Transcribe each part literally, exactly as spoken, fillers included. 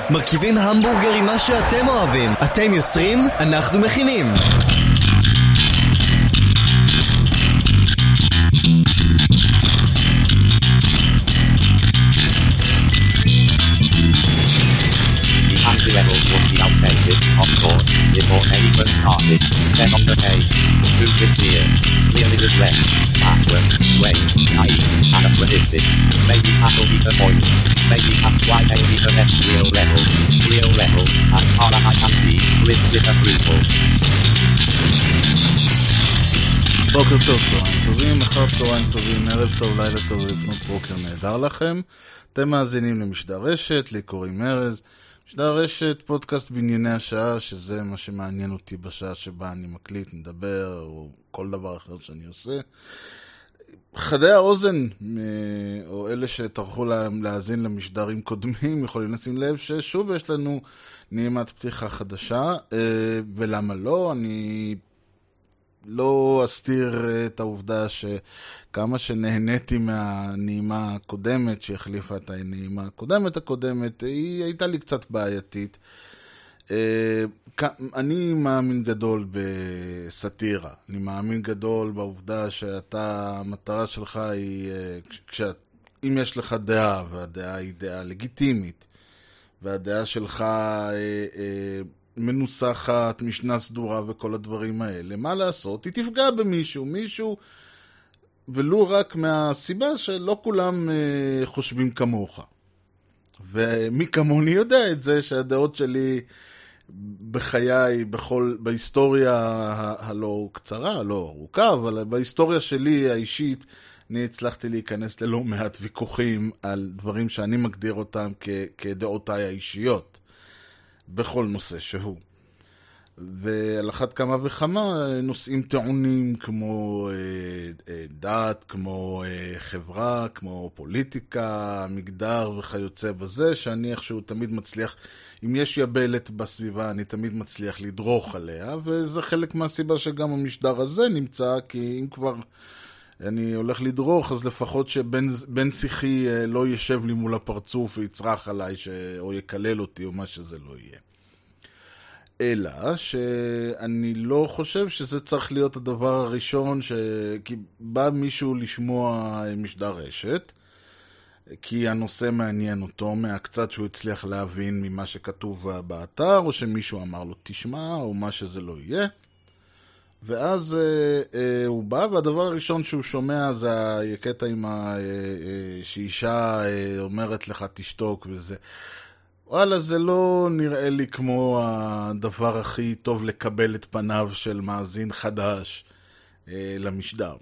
מרכיבים המבורגר עם מה שאתם אוהבים. אתם יוצרים, אנחנו מכינים. The levels would be outdated, of course, before anyone started. Then on the page, too sincere, clearly regret, backward, wait, naive, anachronistic. Maybe that'll be the point. Maybe that's why they be the next real level. Real level, as far as I can see, with disapproval. בוקר טוב, צהריים טובים, אחר צהריים טובים, ערב טוב, לילה טוב, לפנות בוקר נהדר לכם. אתם מאזינים למשדר רשת, לי קוראים ארז. משדר רשת, פודקאסט בענייני השעה, שזה מה שמעניין אותי בשעה שבה אני מקליט, מדבר, או כל דבר אחר שאני עושה. חדי האוזן, או אלה שטרחו להאזין למשדרים קודמים, יכולים לשים לב ששוב יש לנו נעימת פתיחה חדשה, ולמה לא? אני לא אסתיר את העובדה שכמה שנהניתי מהנעימה הקודמת שהחליפה את הנעימה הקודמת הקודמת, היא הייתה לי קצת בעייתית. אני מאמין גדול בסטירה, אני מאמין גדול בעובדה שאתה, המטרה שלך היא, אם יש לך דעה, והדעה היא דעה לגיטימית, והדעה שלך מנוסחת, משנה סדורה וכל הדברים האלה, מה לעשות? היא תפגע במישהו, מישהו, ולו רק מהסיבה שלא כולם אה, חושבים כמוך. ומי כמוני יודע את זה שהדעות שלי בחיי, בכל, בהיסטוריה ה- הלא קצרה, לא ארוכה, אבל בהיסטוריה שלי האישית, אני הצלחתי להיכנס ללא מעט ויכוחים על דברים שאני מגדיר אותם כ- כדעותיי האישיות. בכל נושא שהוא. ועל אחת כמה וכמה נושאים טעונים כמו דת, כמו חברה, כמו פוליטיקה, מגדר וכיוצא בזה, שאני איכשהו תמיד מצליח, אם יש יבלת בסביבה, אני תמיד מצליח לדרוך עליה, וזה חלק מהסיבה שגם המשדר הזה נמצא, כי אם כבר אני הולך לדרוך, אז לפחות שבן שיחי לא ישב לי מול הפרצוף ויצרח עליי, ש... או יקלל אותי, או מה שזה לא יהיה. אלא שאני לא חושב שזה צריך להיות הדבר הראשון, ש... כי בא מישהו לשמוע משדר רשת, כי הנושא מעניין אותו, מהקצת שהוא הצליח להבין ממה שכתוב באתר, או שמישהו אמר לו תשמע, או מה שזה לא יהיה. ואז אה, אה, הוא בא, והדבר הראשון שהוא שומע זה הקטע עם ה... אה, אה, שאישה אה, אומרת לך תשתוק וזה. וואלה, זה לא נראה לי כמו הדבר הכי טוב לקבל את פניו של מאזין חדש אה, למשדר.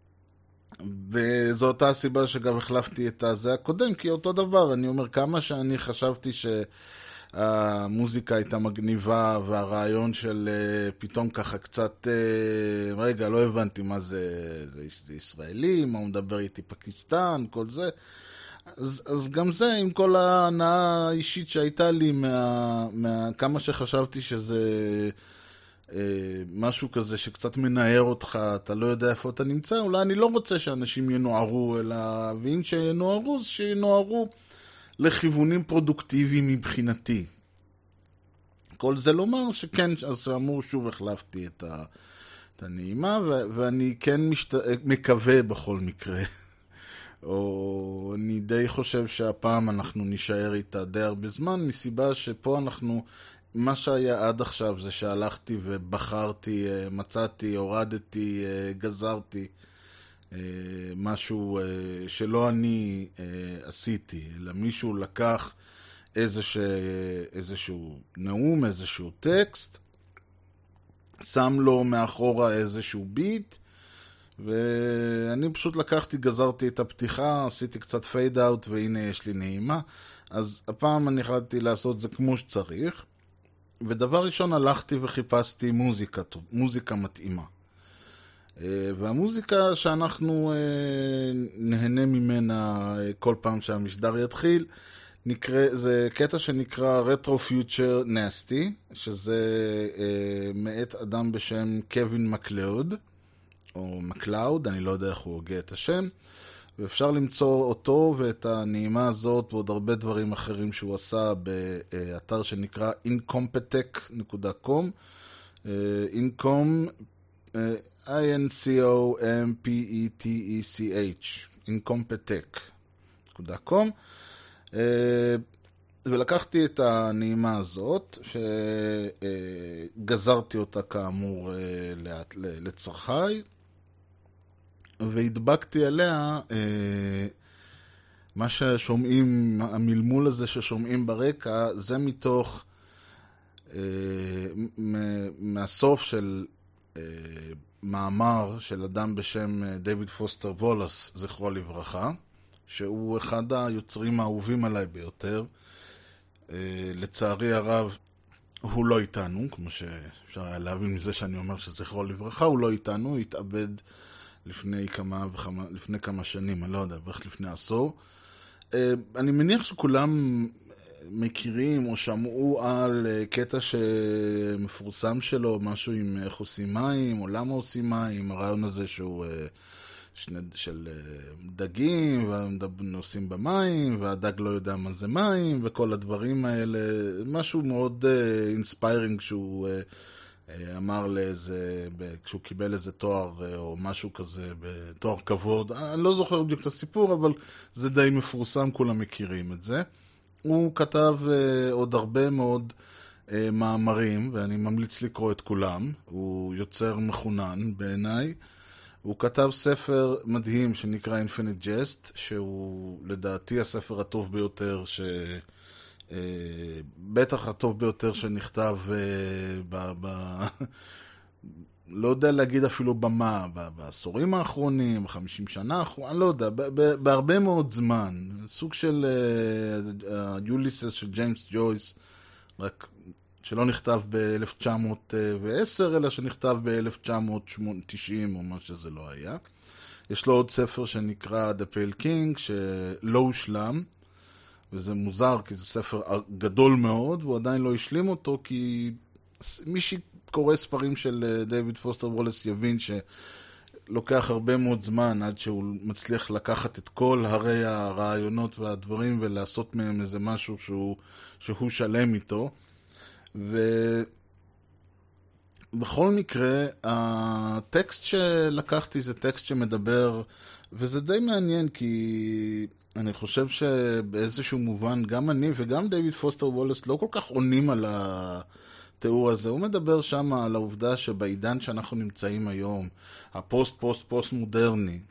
וזו אותה הסיבה שגם החלפתי את הזה הקודם, כי אותו דבר, אני אומר כמה שאני חשבתי ש... המוזיקה הייתה מגניבה, והרעיון של uh, פתאום ככה קצת, uh, רגע, לא הבנתי מה זה, זה, זה ישראלי, מה הוא מדבר איתי פקיסטן, כל זה. אז, אז גם זה, עם כל ההנאה האישית שהייתה לי, מה, מה, כמה שחשבתי שזה uh, משהו כזה שקצת מנער אותך, אתה לא יודע איפה אתה נמצא, אולי אני לא רוצה שאנשים ינוערו, אלא, ואם שינוערו, אז שינוערו, לכיוונים פרודוקטיביים מבחינתי. כל זה לומר שכן, אז אמור שוב החלפתי את, ה, את הנעימה, ו, ואני כן משת, מקווה בכל מקרה. או אני די חושב שהפעם אנחנו נשאר איתה די הרבה זמן, מסיבה שפה אנחנו, מה שהיה עד עכשיו זה שהלכתי ובחרתי, מצאתי, הורדתי, גזרתי, משהו שלא אני עשיתי, אלא מישהו לקח איזשהו, איזשהו נאום, איזשהו טקסט, שם לו מאחורה איזשהו ביט, ואני פשוט לקחתי, גזרתי את הפתיחה, עשיתי קצת פייד אאוט, והנה יש לי נעימה. אז הפעם אני החלטתי לעשות זה כמו שצריך, ודבר ראשון הלכתי וחיפשתי מוזיקה, מוזיקה מתאימה. והמוזיקה שאנחנו נהנה ממנה כל פעם שהמשדר יתחיל, נקרא, זה קטע שנקרא Retro Future Nasty, שזה מאת אדם בשם קווין מקלאוד, או מקלאוד, אני לא יודע איך הוא הוגה את השם, ואפשר למצוא אותו ואת הנעימה הזאת ועוד הרבה דברים אחרים שהוא עשה באתר שנקרא אינקומפטק דוט קום. אינקום, I-N-C-O-M-P-E-T-E-C-H, אינקומפטק דוט קום. ולקחתי את הנעימה הזאת, שגזרתי אותה כאמור לצרכי, והדבקתי עליה מה ששומעים, המלמול הזה ששומעים ברקע, זה מתוך מהסוף של מאמר של אדם בשם דיוויד פוסטר וולאס, זכרו לברכה, שהוא אחד היוצרים האהובים עליי ביותר. לצערי הרב הוא לא איתנו, כמו שאפשר היה להבין מזה שאני אומר שזכרו לברכה, הוא לא איתנו, הוא התאבד לפני כמה וכמה, לפני כמה שנים, אני לא יודע, בערך לפני עשור. אני מניח שכולם מכירים או שמעו על קטע שמפורסם שלו, משהו עם איך עושים מים, או למה עושים מים, הרעיון הזה שהוא שני, של דגים, ונוסעים במים, והדג לא יודע מה זה מים, וכל הדברים האלה, משהו מאוד אינספיירינג שהוא אמר לאיזה, כשהוא קיבל איזה תואר או משהו כזה, בתואר כבוד, אני לא זוכר בדיוק את הסיפור, אבל זה די מפורסם, כולם מכירים את זה. הוא כתב עוד הרבה מאוד מאמרים, ואני ממליץ לקרוא את כולם, הוא יוצר מחונן בעיניי. הוא כתב ספר מדהים שנקרא Infinite Jest, שהוא לדעתי הספר הטוב ביותר, ש... בטח הטוב ביותר שנכתב ב... ב... לא יודע להגיד אפילו במה, בעשורים האחרונים, בחמישים שנה האחרונים, אני לא יודע, בהרבה מאוד זמן. סוג של יוליסס של ג'יימס ג'ויס, רק שלא נכתב ב-אלף תשע מאות ועשר, אלא שנכתב ב-אלף תשע מאות תשעים, או מה שזה לא היה. יש לו עוד ספר שנקרא The Pale King, שלא הושלם, וזה מוזר, כי זה ספר גדול מאוד, והוא עדיין לא השלים אותו, כי מי שקורא ספרים של דיוויד פוסטר וולאס יבין שלוקח הרבה מאוד זמן עד שהוא מצליח לקחת את כל הרי הרעיונות והדברים ולעשות מהם איזה משהו שהוא, שהוא שלם איתו. ובכל מקרה, הטקסט שלקחתי זה טקסט שמדבר, וזה די מעניין כי אני חושב שבאיזשהו מובן גם אני וגם דיוויד פוסטר וולאס לא כל כך עונים על התיאור הזה. הוא מדבר שם על העובדה שבעידן שאנחנו נמצאים היום, הפוסט פוסט פוסט מודרני,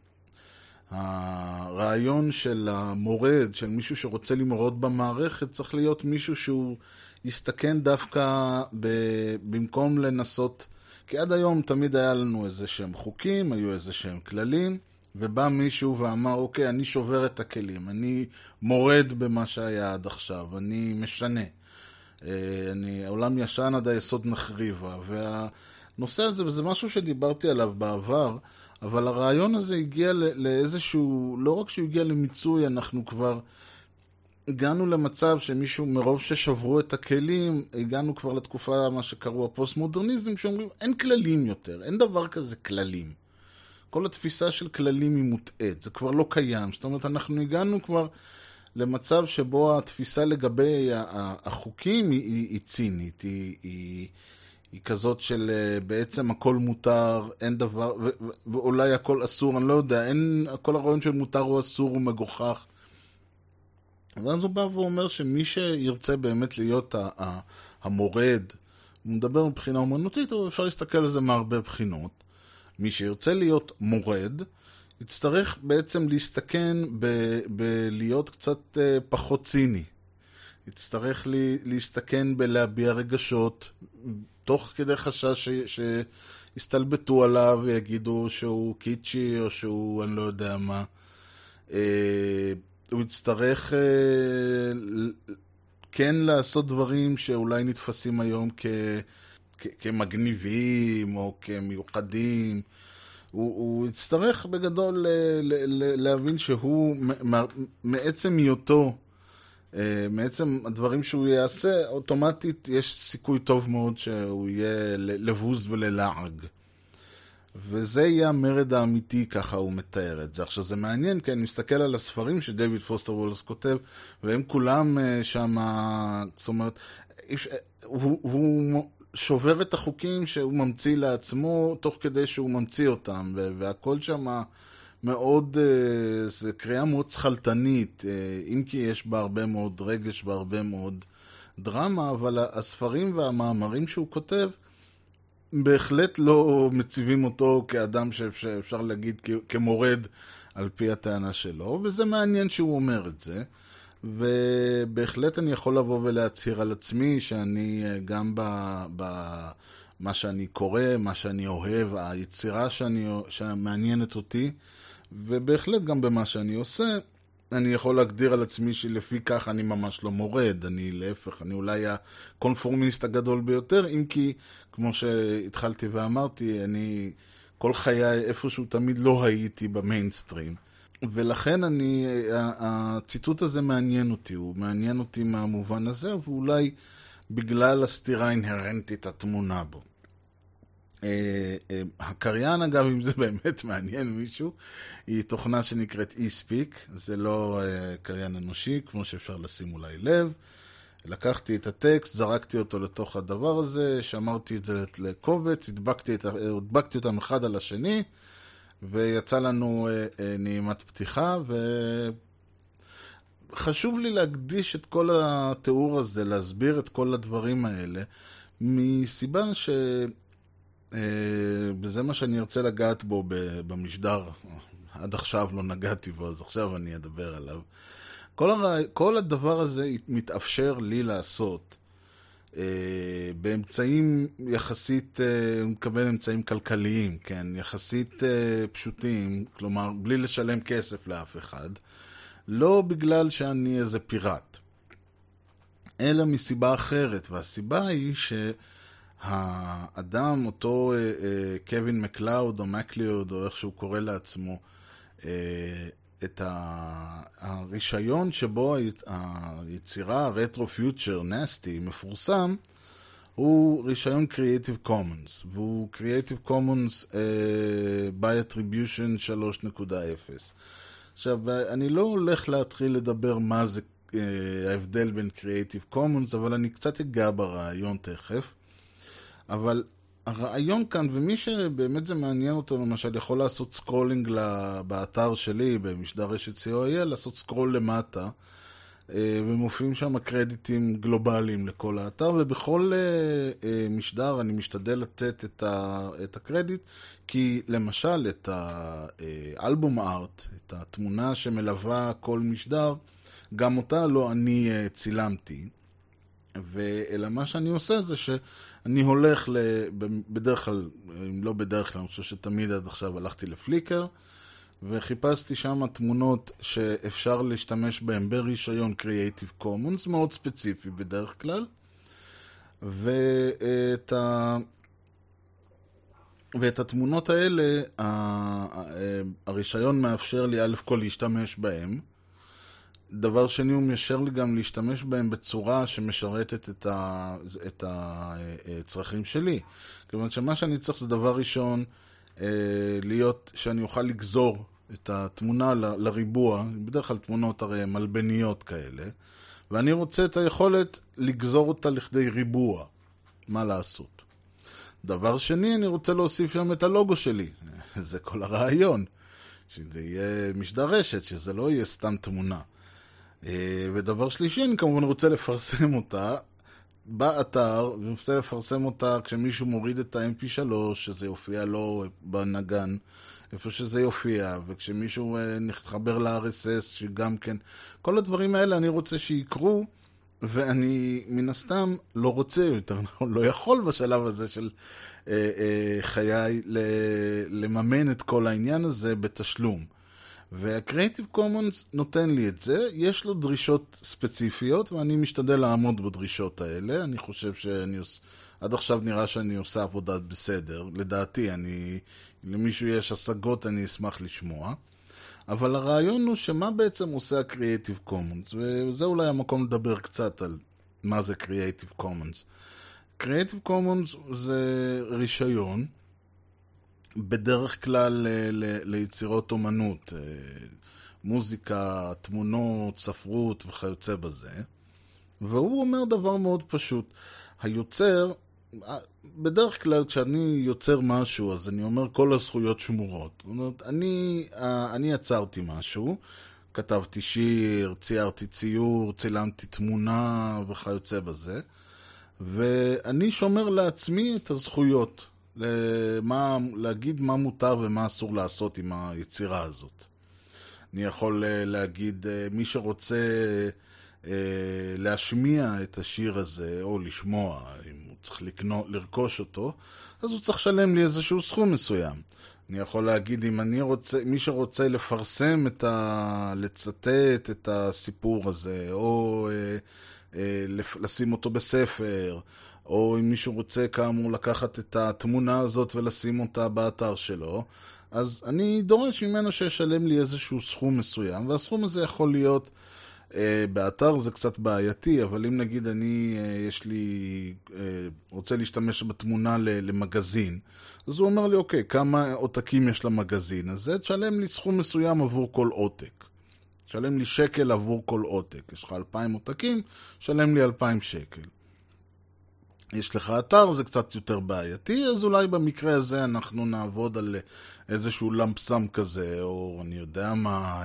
הרעיון של המורד, של מישהו שרוצה למרוד במערכת, צריך להיות מישהו שהוא יסתכן דווקא ב- במקום לנסות, כי עד היום תמיד היה לנו איזה שהם חוקים, היו איזה שהם כללים, ובא מישהו ואמר, אוקיי, אני שובר את הכלים, אני מורד במה שהיה עד עכשיו, אני משנה. אני, העולם ישן עד היסוד נחריבה, והנושא הזה, וזה משהו שדיברתי עליו בעבר, אבל הרעיון הזה הגיע לאיזשהו, לא רק שהוא הגיע למיצוי, אנחנו כבר הגענו למצב שמישהו, מרוב ששברו את הכלים, הגענו כבר לתקופה מה שקראו הפוסט-מודרניזם, שאומרים, אין כללים יותר, אין דבר כזה כללים. כל התפיסה של כללים היא מוטעת, זה כבר לא קיים. זאת אומרת, אנחנו הגענו כבר למצב שבו התפיסה לגבי החוקים היא, היא, היא צינית, היא, היא, היא כזאת של בעצם הכל מותר, אין דבר, ו, ואולי הכל אסור, אני לא יודע, אין, כל הרעיון של מותר או אסור הוא מגוחך. ואז הוא בא ואומר שמי שירצה באמת להיות המורד, הוא מדבר מבחינה אומנותית, אבל אפשר להסתכל על זה מהרבה בחינות. מי שירצה להיות מורד, יצטרך בעצם להסתכן ב- בלהיות קצת פחות ציני. יצטרך לי, להסתכן בלהביע רגשות, תוך כדי חשש ש- שיסתלבטו עליו ויגידו שהוא קיצ'י או שהוא אני לא יודע מה. הוא יצטרך כן לעשות דברים שאולי נתפסים היום כ... כמגניבים או כמיוחדים. הוא, הוא יצטרך בגדול ל, ל, ל, להבין שהוא מעצם היותו, מעצם הדברים שהוא יעשה, אוטומטית יש סיכוי טוב מאוד שהוא יהיה לבוז וללעג. וזה יהיה המרד האמיתי, ככה הוא מתאר את זה. עכשיו זה מעניין, כי אני מסתכל על הספרים שדייוויד פוסטר וולס כותב, והם כולם שם, זאת אומרת, הוא, הוא שובר את החוקים שהוא ממציא לעצמו, תוך כדי שהוא ממציא אותם, והכל שם מאוד, זה קריאה מאוד שחלטנית, אם כי יש בה הרבה מאוד רגש והרבה מאוד דרמה, אבל הספרים והמאמרים שהוא כותב, בהחלט לא מציבים אותו כאדם שאפשר להגיד כמורד על פי הטענה שלו, וזה מעניין שהוא אומר את זה, ובהחלט אני יכול לבוא ולהצהיר על עצמי שאני גם במה שאני קורא, מה שאני אוהב, היצירה שאני, שמעניינת אותי, ובהחלט גם במה שאני עושה, אני יכול להגדיר על עצמי שלפי כך אני ממש לא מורד, אני להפך, אני אולי הקונפורמיסט הגדול ביותר, אם כי, כמו שהתחלתי ואמרתי, אני כל חיי איפשהו תמיד לא הייתי במיינסטרים, ולכן אני, הציטוט הזה מעניין אותי, הוא מעניין אותי מהמובן הזה, ואולי בגלל הסתירה האינהרנטית התמונה בו. הקריין, אגב, אם זה באמת מעניין מישהו, היא תוכנה שנקראת e-speak, זה לא קריין אנושי, כמו שאפשר לשים אולי לב. לקחתי את הטקסט, זרקתי אותו לתוך הדבר הזה, שמרתי את זה לקובץ, הדבקתי, את, הדבקתי אותם אחד על השני, ויצא לנו נעימת פתיחה, וחשוב לי להקדיש את כל התיאור הזה, להסביר את כל הדברים האלה, מסיבה ש... וזה מה שאני ארצה לגעת בו במשדר. עד עכשיו לא נגעתי בו, אז עכשיו אני אדבר עליו. כל, הר... כל הדבר הזה מתאפשר לי לעשות באמצעים יחסית, אני מקבל אמצעים כלכליים, כן, יחסית פשוטים, כלומר בלי לשלם כסף לאף אחד, לא בגלל שאני איזה פיראט, אלא מסיבה אחרת, והסיבה היא ש... האדם, אותו קווין מקלאוד או מקליוד או איך שהוא קורא לעצמו, את הרישיון שבו היצירה רטרו פיוטר נסטי מפורסם, הוא רישיון Creative Commons, והוא Creative Commons uh, by Attribution שלוש נקודה אפס. עכשיו, אני לא הולך להתחיל לדבר מה זה uh, ההבדל בין Creative Commons, אבל אני קצת אגע ברעיון תכף. אבל הרעיון כאן, ומי שבאמת זה מעניין אותו, למשל יכול לעשות סקרולינג באתר שלי, במשדר רשת סי או איי, לעשות סקרול למטה, ומופיעים שם קרדיטים גלובליים לכל האתר, ובכל משדר אני משתדל לתת את הקרדיט, כי למשל את האלבום ארט, את התמונה שמלווה כל משדר, גם אותה לא אני צילמתי, ואלא מה שאני עושה זה שאני הולך בדרך כלל, לא בדרך כלל, אני חושב שתמיד עד עכשיו הלכתי לפליקר, וחיפשתי שם תמונות שאפשר להשתמש בהן ברישיון Creative Commons, מאוד ספציפי בדרך כלל, ואת, ה... ואת התמונות האלה, הרישיון מאפשר לי א' כל להשתמש בהן, דבר שני, הוא מאפשר לי גם להשתמש בהם בצורה שמשרתת את, ה... את הצרכים שלי. כיוון שמה שאני צריך זה דבר ראשון, להיות שאני אוכל לגזור את התמונה ל... לריבוע, בדרך כלל תמונות הרי מלבניות כאלה, ואני רוצה את היכולת לגזור אותה לכדי ריבוע. מה לעשות? דבר שני, אני רוצה להוסיף שם את הלוגו שלי. זה כל הרעיון. שזה יהיה משדר רשת, שזה לא יהיה סתם תמונה. ודבר שלישי, אני כמובן רוצה לפרסם אותה באתר, ואני רוצה לפרסם אותה כשמישהו מוריד את ה-אם פי שלוש, שזה יופיע לו בנגן, איפה שזה יופיע, וכשמישהו נתחבר ל-אר אס אס, שגם כן, כל הדברים האלה אני רוצה שיקרו, ואני מן הסתם לא רוצה יותר, לא יכול בשלב הזה של אה, אה, חיי לממן את כל העניין הזה בתשלום. וה-Creative Commons נותן לי את זה, יש לו דרישות ספציפיות, ואני משתדל לעמוד בדרישות האלה. אני חושב שאני עוש... עד עכשיו נראה שאני עושה עבודת בסדר. לדעתי, אני... למישהו יש השגות, אני אשמח לשמוע. אבל הרעיון הוא שמה בעצם עושה ה-Creative Commons, וזה אולי המקום לדבר קצת על מה זה Creative Commons. Creative Commons זה רישיון בדרך כלל ל- ל- ליצירות אומנות, מוזיקה, תמונות, ספרות וכיוצא בזה. והוא אומר דבר מאוד פשוט. היוצר, בדרך כלל כשאני יוצר משהו, אז אני אומר כל הזכויות שמורות. זאת אומרת, אני, אני יצרתי משהו, כתבתי שיר, ציירתי ציור, צילמתי תמונה וכיוצא בזה, ואני שומר לעצמי את הזכויות, למה, להגיד מה מותר ומה אסור לעשות עם היצירה הזאת. אני יכול להגיד, מי שרוצה להשמיע את השיר הזה, או לשמוע, אם הוא צריך לקנות, לרכוש אותו, אז הוא צריך לשלם לי איזשהו סכום מסוים. אני יכול להגיד, אם אני רוצה, מי שרוצה לפרסם את ה... לצטט את הסיפור הזה, או אה, אה, לשים אותו בספר, או אם מישהו רוצה כאמור לקחת את התמונה הזאת ולשים אותה באתר שלו, אז אני דורש ממנו שישלם לי איזשהו סכום מסוים, והסכום הזה יכול להיות, אה, באתר זה קצת בעייתי, אבל אם נגיד אני, אה, יש לי, אה, רוצה להשתמש בתמונה למגזין, אז הוא אומר לי, אוקיי, כמה עותקים יש למגזין הזה? תשלם לי סכום מסוים עבור כל עותק. תשלם לי שקל עבור כל עותק. יש לך אלפיים עותקים, תשלם לי אלפיים שקל. יש לך אתר, זה קצת יותר בעייתי, אז אולי במקרה הזה אנחנו נעבוד על איזשהו למפסם כזה, או אני יודע מה,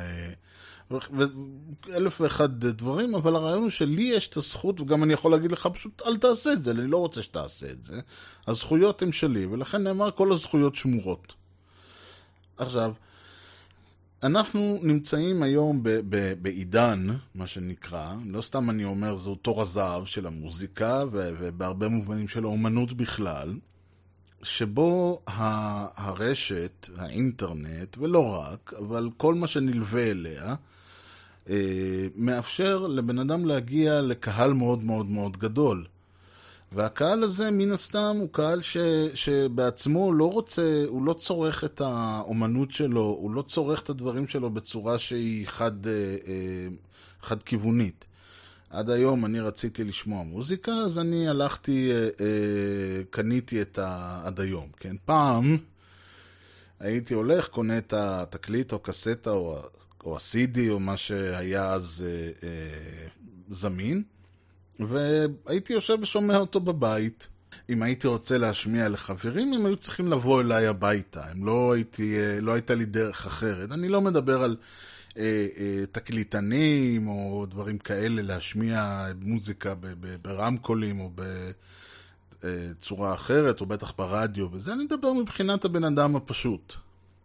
אלף ואחד דברים, אבל הרעיון הוא שלי יש את הזכות, וגם אני יכול להגיד לך פשוט, אל תעשה את זה, אני לא רוצה שתעשה את זה. הזכויות הן שלי, ולכן נאמר כל הזכויות שמורות. עכשיו, אנחנו נמצאים היום ב- ב- בעידן, מה שנקרא, לא סתם אני אומר, זהו תור הזהב של המוזיקה, ו- ובהרבה מובנים של האומנות בכלל, שבו ה- הרשת, האינטרנט, ולא רק, אבל כל מה שנלווה אליה, אה, מאפשר לבן אדם להגיע לקהל מאוד מאוד מאוד גדול. והקהל הזה מן הסתם הוא קהל ש, שבעצמו לא רוצה, הוא לא צורך את האומנות שלו, הוא לא צורך את הדברים שלו בצורה שהיא חד, חד כיוונית. עד היום אני רציתי לשמוע מוזיקה, אז אני הלכתי, קניתי את ה... עד היום, כן? פעם הייתי הולך, קונה את התקליט או קסטה או, או ה-סי די או מה שהיה אז זמין, והייתי יושב ושומע אותו בבית. אם הייתי רוצה להשמיע לחברים, הם היו צריכים לבוא אליי הביתה. הם לא, הייתי, לא הייתה לי דרך אחרת. אני לא מדבר על אה, אה, תקליטנים או דברים כאלה, להשמיע מוזיקה ב- ב- ברמקולים או בצורה אחרת, או בטח ברדיו, וזה אני מדבר מבחינת הבן אדם הפשוט.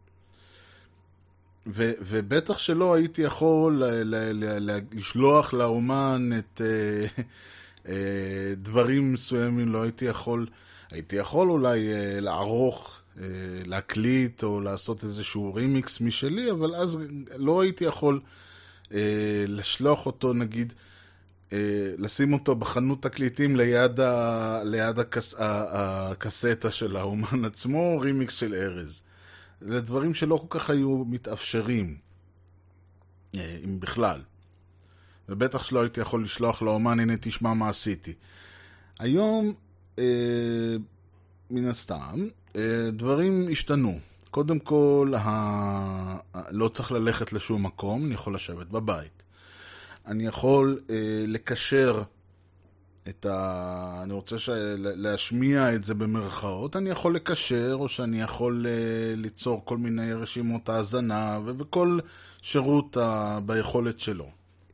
ו- ובטח שלא הייתי יכול ל- ל- ל- לשלוח לאומן את uh, uh, דברים מסוימים, לא הייתי יכול, הייתי יכול אולי uh, לערוך, uh, להקליט או לעשות איזשהו רימיקס משלי, אבל אז לא הייתי יכול uh, לשלוח אותו, נגיד, uh, לשים אותו בחנות תקליטים ליד, ה- ליד הקס- הקסטה של האומן עצמו, רימיקס של ארז. לדברים שלא כל כך היו מתאפשרים, אם בכלל. ובטח שלא הייתי יכול לשלוח לאומן, הנה תשמע מה עשיתי. היום, אה, מן הסתם, אה, דברים השתנו. קודם כל, ה... לא צריך ללכת לשום מקום, אני יכול לשבת בבית. אני יכול אה, לקשר את ה... אני רוצה ש... להשמיע את זה במרכאות, אני יכול לקשר, או שאני יכול uh, ליצור כל מיני רשימות האזנה, וכל שירות uh, ביכולת שלו.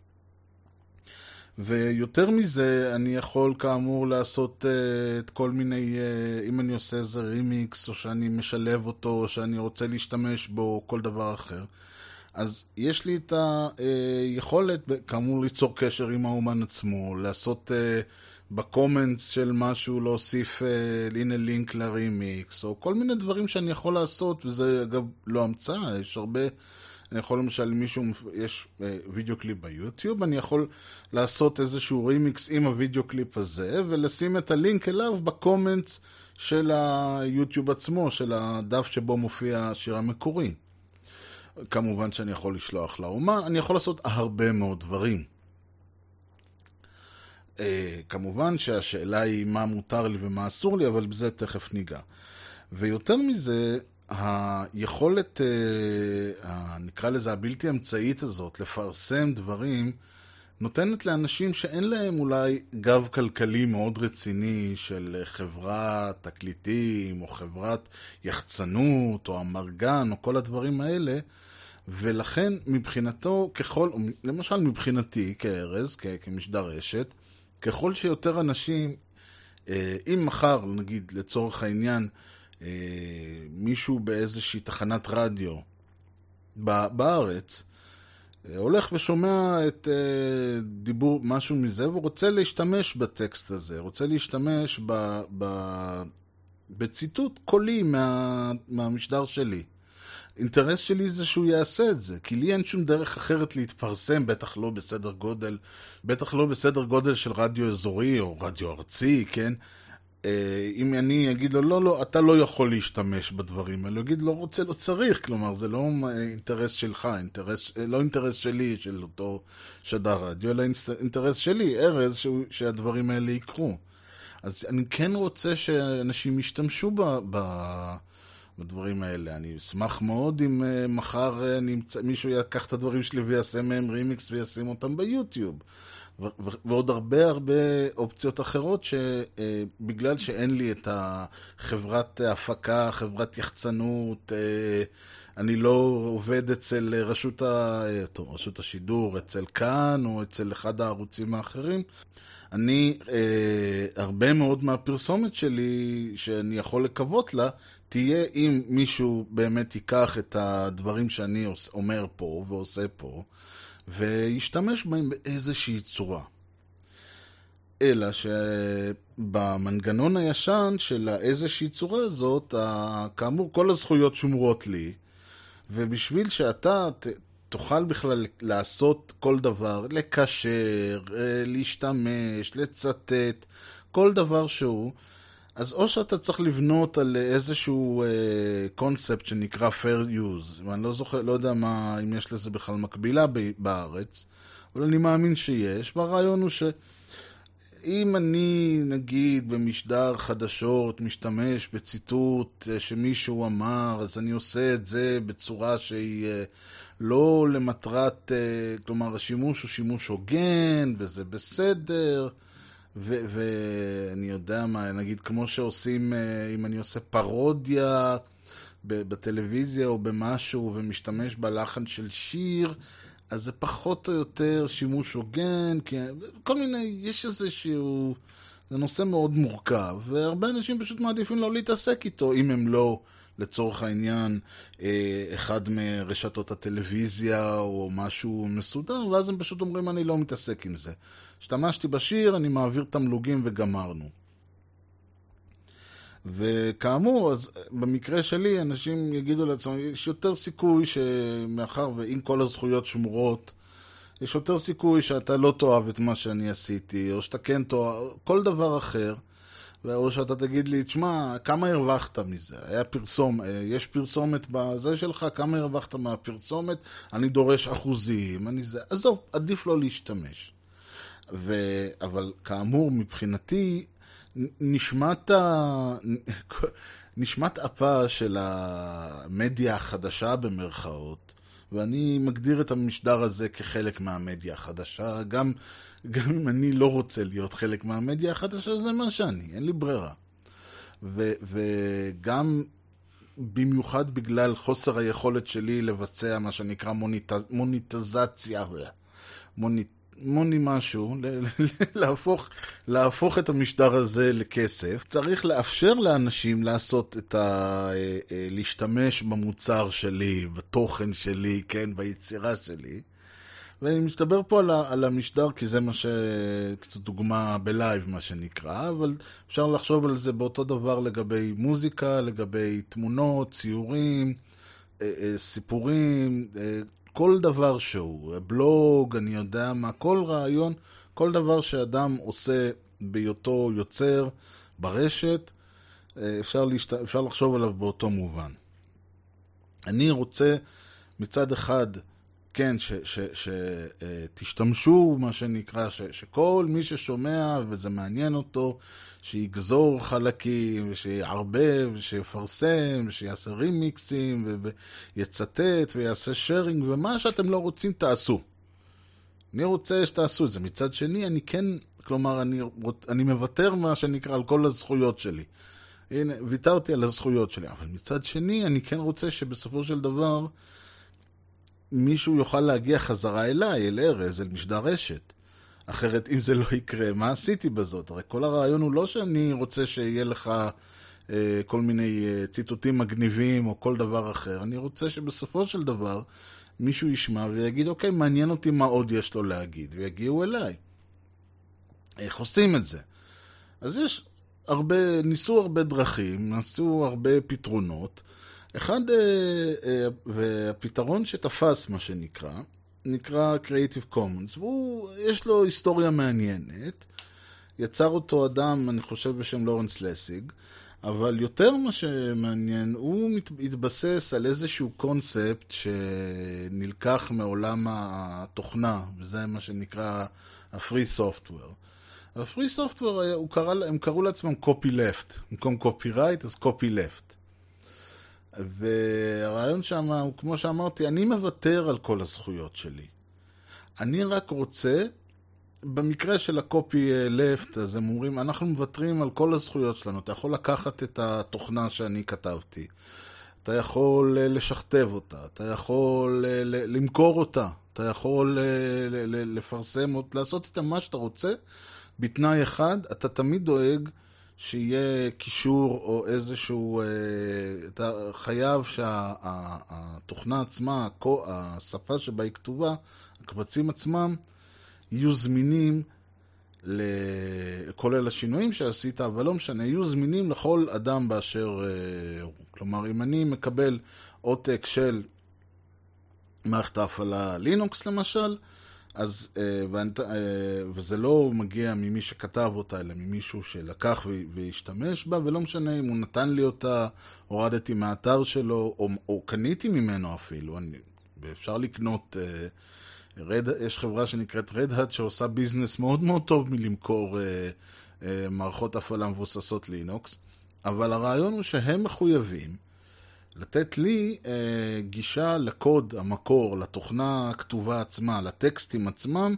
ויותר מזה, אני יכול כאמור לעשות uh, את כל מיני, uh, אם אני עושה איזה רימיקס, או שאני משלב אותו, או שאני רוצה להשתמש בו, כל דבר אחר. אז יש לי את היכולת, כאמור, ליצור קשר עם האומן עצמו, לעשות uh, בקומנטס של משהו, להוסיף uh, הנה לינק לרימיקס, או כל מיני דברים שאני יכול לעשות, וזה אגב לא המצאה, יש הרבה, אני יכול למשל, מישהו, יש uh, וידאו קליפ ביוטיוב, אני יכול לעשות איזשהו רימיקס עם הוידאו קליפ הזה, ולשים את הלינק אליו בקומנטס של היוטיוב עצמו, של הדף שבו מופיע השיר המקורי. כמובן שאני יכול לשלוח לאומן, אני יכול לעשות הרבה מאוד דברים. Uh, כמובן שהשאלה היא מה מותר לי ומה אסור לי, אבל בזה תכף ניגע. ויותר מזה, היכולת, נקרא לזה הבלתי אמצעית הזאת, לפרסם דברים, נותנת לאנשים שאין להם אולי גב כלכלי מאוד רציני של חברת תקליטים או חברת יחצנות או אמרגן או כל הדברים האלה, ולכן מבחינתו, ככל, למשל מבחינתי כארז, כמשדר רשת, ככל שיותר אנשים, אם מחר נגיד לצורך העניין מישהו באיזושהי תחנת רדיו בארץ הולך ושומע את דיבור משהו מזה ורוצה להשתמש בטקסט הזה, רוצה להשתמש ב, ב, בציטוט קולי מה, מהמשדר שלי. אינטרס שלי זה שהוא יעשה את זה, כי לי אין שום דרך אחרת להתפרסם, בטח לא בסדר גודל, בטח לא בסדר גודל של רדיו אזורי או רדיו ארצי, כן? אם אני אגיד לו, לא, לא, אתה לא יכול להשתמש בדברים האלה, הוא יגיד, לא רוצה, לא צריך, כלומר, זה לא אינטרס שלך, אינטרס, לא אינטרס שלי, של אותו שדר רדיו, אלא אינטרס שלי, ארז, שהדברים האלה יקרו. אז אני כן רוצה שאנשים ישתמשו ב, ב, בדברים האלה. אני אשמח מאוד אם מחר נמצא, מישהו יקח את הדברים שלי ויעשה מהם רימיקס וישים אותם ביוטיוב. ועוד הרבה הרבה אופציות אחרות שבגלל שאין לי את החברת הפקה, חברת יחצנות, אני לא עובד אצל רשות, ה... רשות השידור, אצל כאן או אצל אחד הערוצים האחרים, אני, הרבה מאוד מהפרסומת שלי שאני יכול לקוות לה, תהיה אם מישהו באמת ייקח את הדברים שאני אומר פה ועושה פה, וישתמש בהם באיזושהי צורה. אלא שבמנגנון הישן של איזושהי צורה הזאת, כאמור כל הזכויות שומרות לי, ובשביל שאתה תוכל בכלל לעשות כל דבר, לקשר, להשתמש, לצטט, כל דבר שהוא, אז או שאתה צריך לבנות על איזשהו קונספט שנקרא fair use, ואני לא זוכר, לא יודע מה, אם יש לזה בכלל מקבילה בארץ, אבל אני מאמין שיש, והרעיון הוא שאם אני נגיד במשדר חדשות משתמש בציטוט שמישהו אמר, אז אני עושה את זה בצורה שהיא לא למטרת, כלומר השימוש הוא שימוש הוגן וזה בסדר, ואני יודע מה, נגיד כמו שעושים, אם אני עושה פרודיה בטלוויזיה או במשהו ומשתמש בלחן של שיר, אז זה פחות או יותר שימוש הוגן, כי כל מיני, יש איזשהו, זה נושא מאוד מורכב, והרבה אנשים פשוט מעדיפים לא להתעסק איתו, אם הם לא, לצורך העניין, אחד מרשתות הטלוויזיה או משהו מסודר, ואז הם פשוט אומרים, אני לא מתעסק עם זה. השתמשתי בשיר, אני מעביר תמלוגים וגמרנו. וכאמור, אז במקרה שלי, אנשים יגידו לעצמם, יש יותר סיכוי שמאחר ואם כל הזכויות שמורות, יש יותר סיכוי שאתה לא תאהב את מה שאני עשיתי, או שאתה כן תאהב, כל דבר אחר, או שאתה תגיד לי, תשמע, כמה הרווחת מזה? היה פרסום, יש פרסומת בזה שלך, כמה הרווחת מהפרסומת? אני דורש אחוזים, אני זה, עזוב, עדיף לא להשתמש. ו... אבל כאמור, מבחינתי, נשמת, ה... נשמת אפה של המדיה החדשה במרכאות, ואני מגדיר את המשדר הזה כחלק מהמדיה החדשה, גם, גם אם אני לא רוצה להיות חלק מהמדיה החדשה, זה מה שאני, אין לי ברירה. ו... וגם במיוחד בגלל חוסר היכולת שלי לבצע מה שנקרא מוניט... מוניטיזציה, מוניט... מוני משהו, להפוך, להפוך את המשדר הזה לכסף. צריך לאפשר לאנשים לעשות את ה... להשתמש במוצר שלי, בתוכן שלי, כן, ביצירה שלי. ואני משתבר פה על, ה... על המשדר, כי זה מה ש... קצת דוגמה בלייב, מה שנקרא, אבל אפשר לחשוב על זה באותו דבר לגבי מוזיקה, לגבי תמונות, ציורים, סיפורים, כל דבר שהוא, בלוג, אני יודע מה, כל רעיון, כל דבר שאדם עושה בהיותו יוצר ברשת, אפשר, להשת... אפשר לחשוב עליו באותו מובן. אני רוצה מצד אחד כן, שתשתמשו, מה שנקרא, ש, שכל מי ששומע וזה מעניין אותו, שיגזור חלקים, ושיערבב, ושיפרסם, ושיעשה רימיקסים, ויצטט, ויעשה שרינג, ומה שאתם לא רוצים תעשו. אני רוצה שתעשו את זה. מצד שני, אני כן, כלומר, אני, אני מוותר מה שנקרא על כל הזכויות שלי. הנה, ויתרתי על הזכויות שלי, אבל מצד שני, אני כן רוצה שבסופו של דבר, מישהו יוכל להגיע חזרה אליי, אל ארז, אל משדר רשת. אחרת, אם זה לא יקרה, מה עשיתי בזאת? הרי כל הרעיון הוא לא שאני רוצה שיהיה לך אה, כל מיני אה, ציטוטים מגניבים או כל דבר אחר. אני רוצה שבסופו של דבר מישהו ישמע ויגיד, אוקיי, מעניין אותי מה עוד יש לו להגיד, ויגיעו אליי. איך עושים את זה? אז יש הרבה, ניסו הרבה דרכים, ניסו הרבה פתרונות. אחד, והפתרון שתפס, מה שנקרא, נקרא Creative Commons, והוא, יש לו היסטוריה מעניינת, יצר אותו אדם, אני חושב בשם לורנס לסיג, אבל יותר מה שמעניין, הוא התבסס על איזשהו קונספט שנלקח מעולם התוכנה, וזה מה שנקרא ה-Free Software. ה-Free Software, הם קראו לעצמם Copy Left, במקום Copyright, אז Copy Left. והרעיון שם הוא, כמו שאמרתי, אני מוותר על כל הזכויות שלי. אני רק רוצה, במקרה של הקופי לפט, אז הם אומרים, אנחנו מוותרים על כל הזכויות שלנו. אתה יכול לקחת את התוכנה שאני כתבתי. אתה יכול לשכתב אותה. אתה יכול למכור אותה. אתה יכול לפרסם אותה, לעשות איתה מה שאתה רוצה. בתנאי אחד, אתה תמיד דואג שיהיה קישור או איזשהו, אתה חייב שהתוכנה עצמה, השפה שבה היא כתובה, הקבצים עצמם, יהיו זמינים, כולל השינויים שעשית, אבל לא משנה, יהיו זמינים לכל אדם באשר הוא. כלומר, אם אני מקבל עותק של מערכת ההפעלה לינוקס למשל, אז, וזה לא מגיע ממי שכתב אותה, אלא ממישהו שלקח והשתמש בה, ולא משנה אם הוא נתן לי אותה, הורדתי מהאתר שלו, או, או קניתי ממנו אפילו. אני, ואפשר לקנות, רד, יש חברה שנקראת Red Hat, שעושה ביזנס מאוד מאוד טוב מלמכור מערכות הפעלה מבוססות לינוקס, אבל הרעיון הוא שהם מחויבים לתת לי אה, גישה לקוד המקור, לתוכנה הכתובה עצמה, לטקסטים עצמם,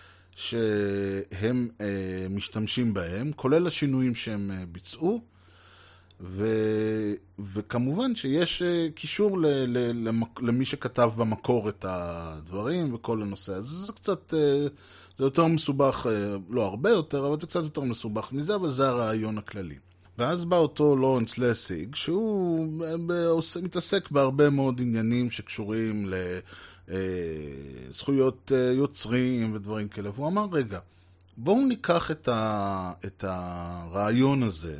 שהם אה, משתמשים בהם, כולל השינויים שהם אה, ביצעו, ו, וכמובן שיש אה, קישור ל, ל, למק, למי שכתב במקור את הדברים וכל הנושא. אז זה קצת, אה, זה יותר מסובך, אה, לא הרבה יותר, אבל זה קצת יותר מסובך מזה, אבל זה הרעיון הכללי. ואז בא אותו לורנס לסיג, שהוא מתעסק בהרבה מאוד עניינים שקשורים לזכויות יוצרים ודברים כאלה. והוא אמר, רגע, בואו ניקח את, ה, את הרעיון הזה,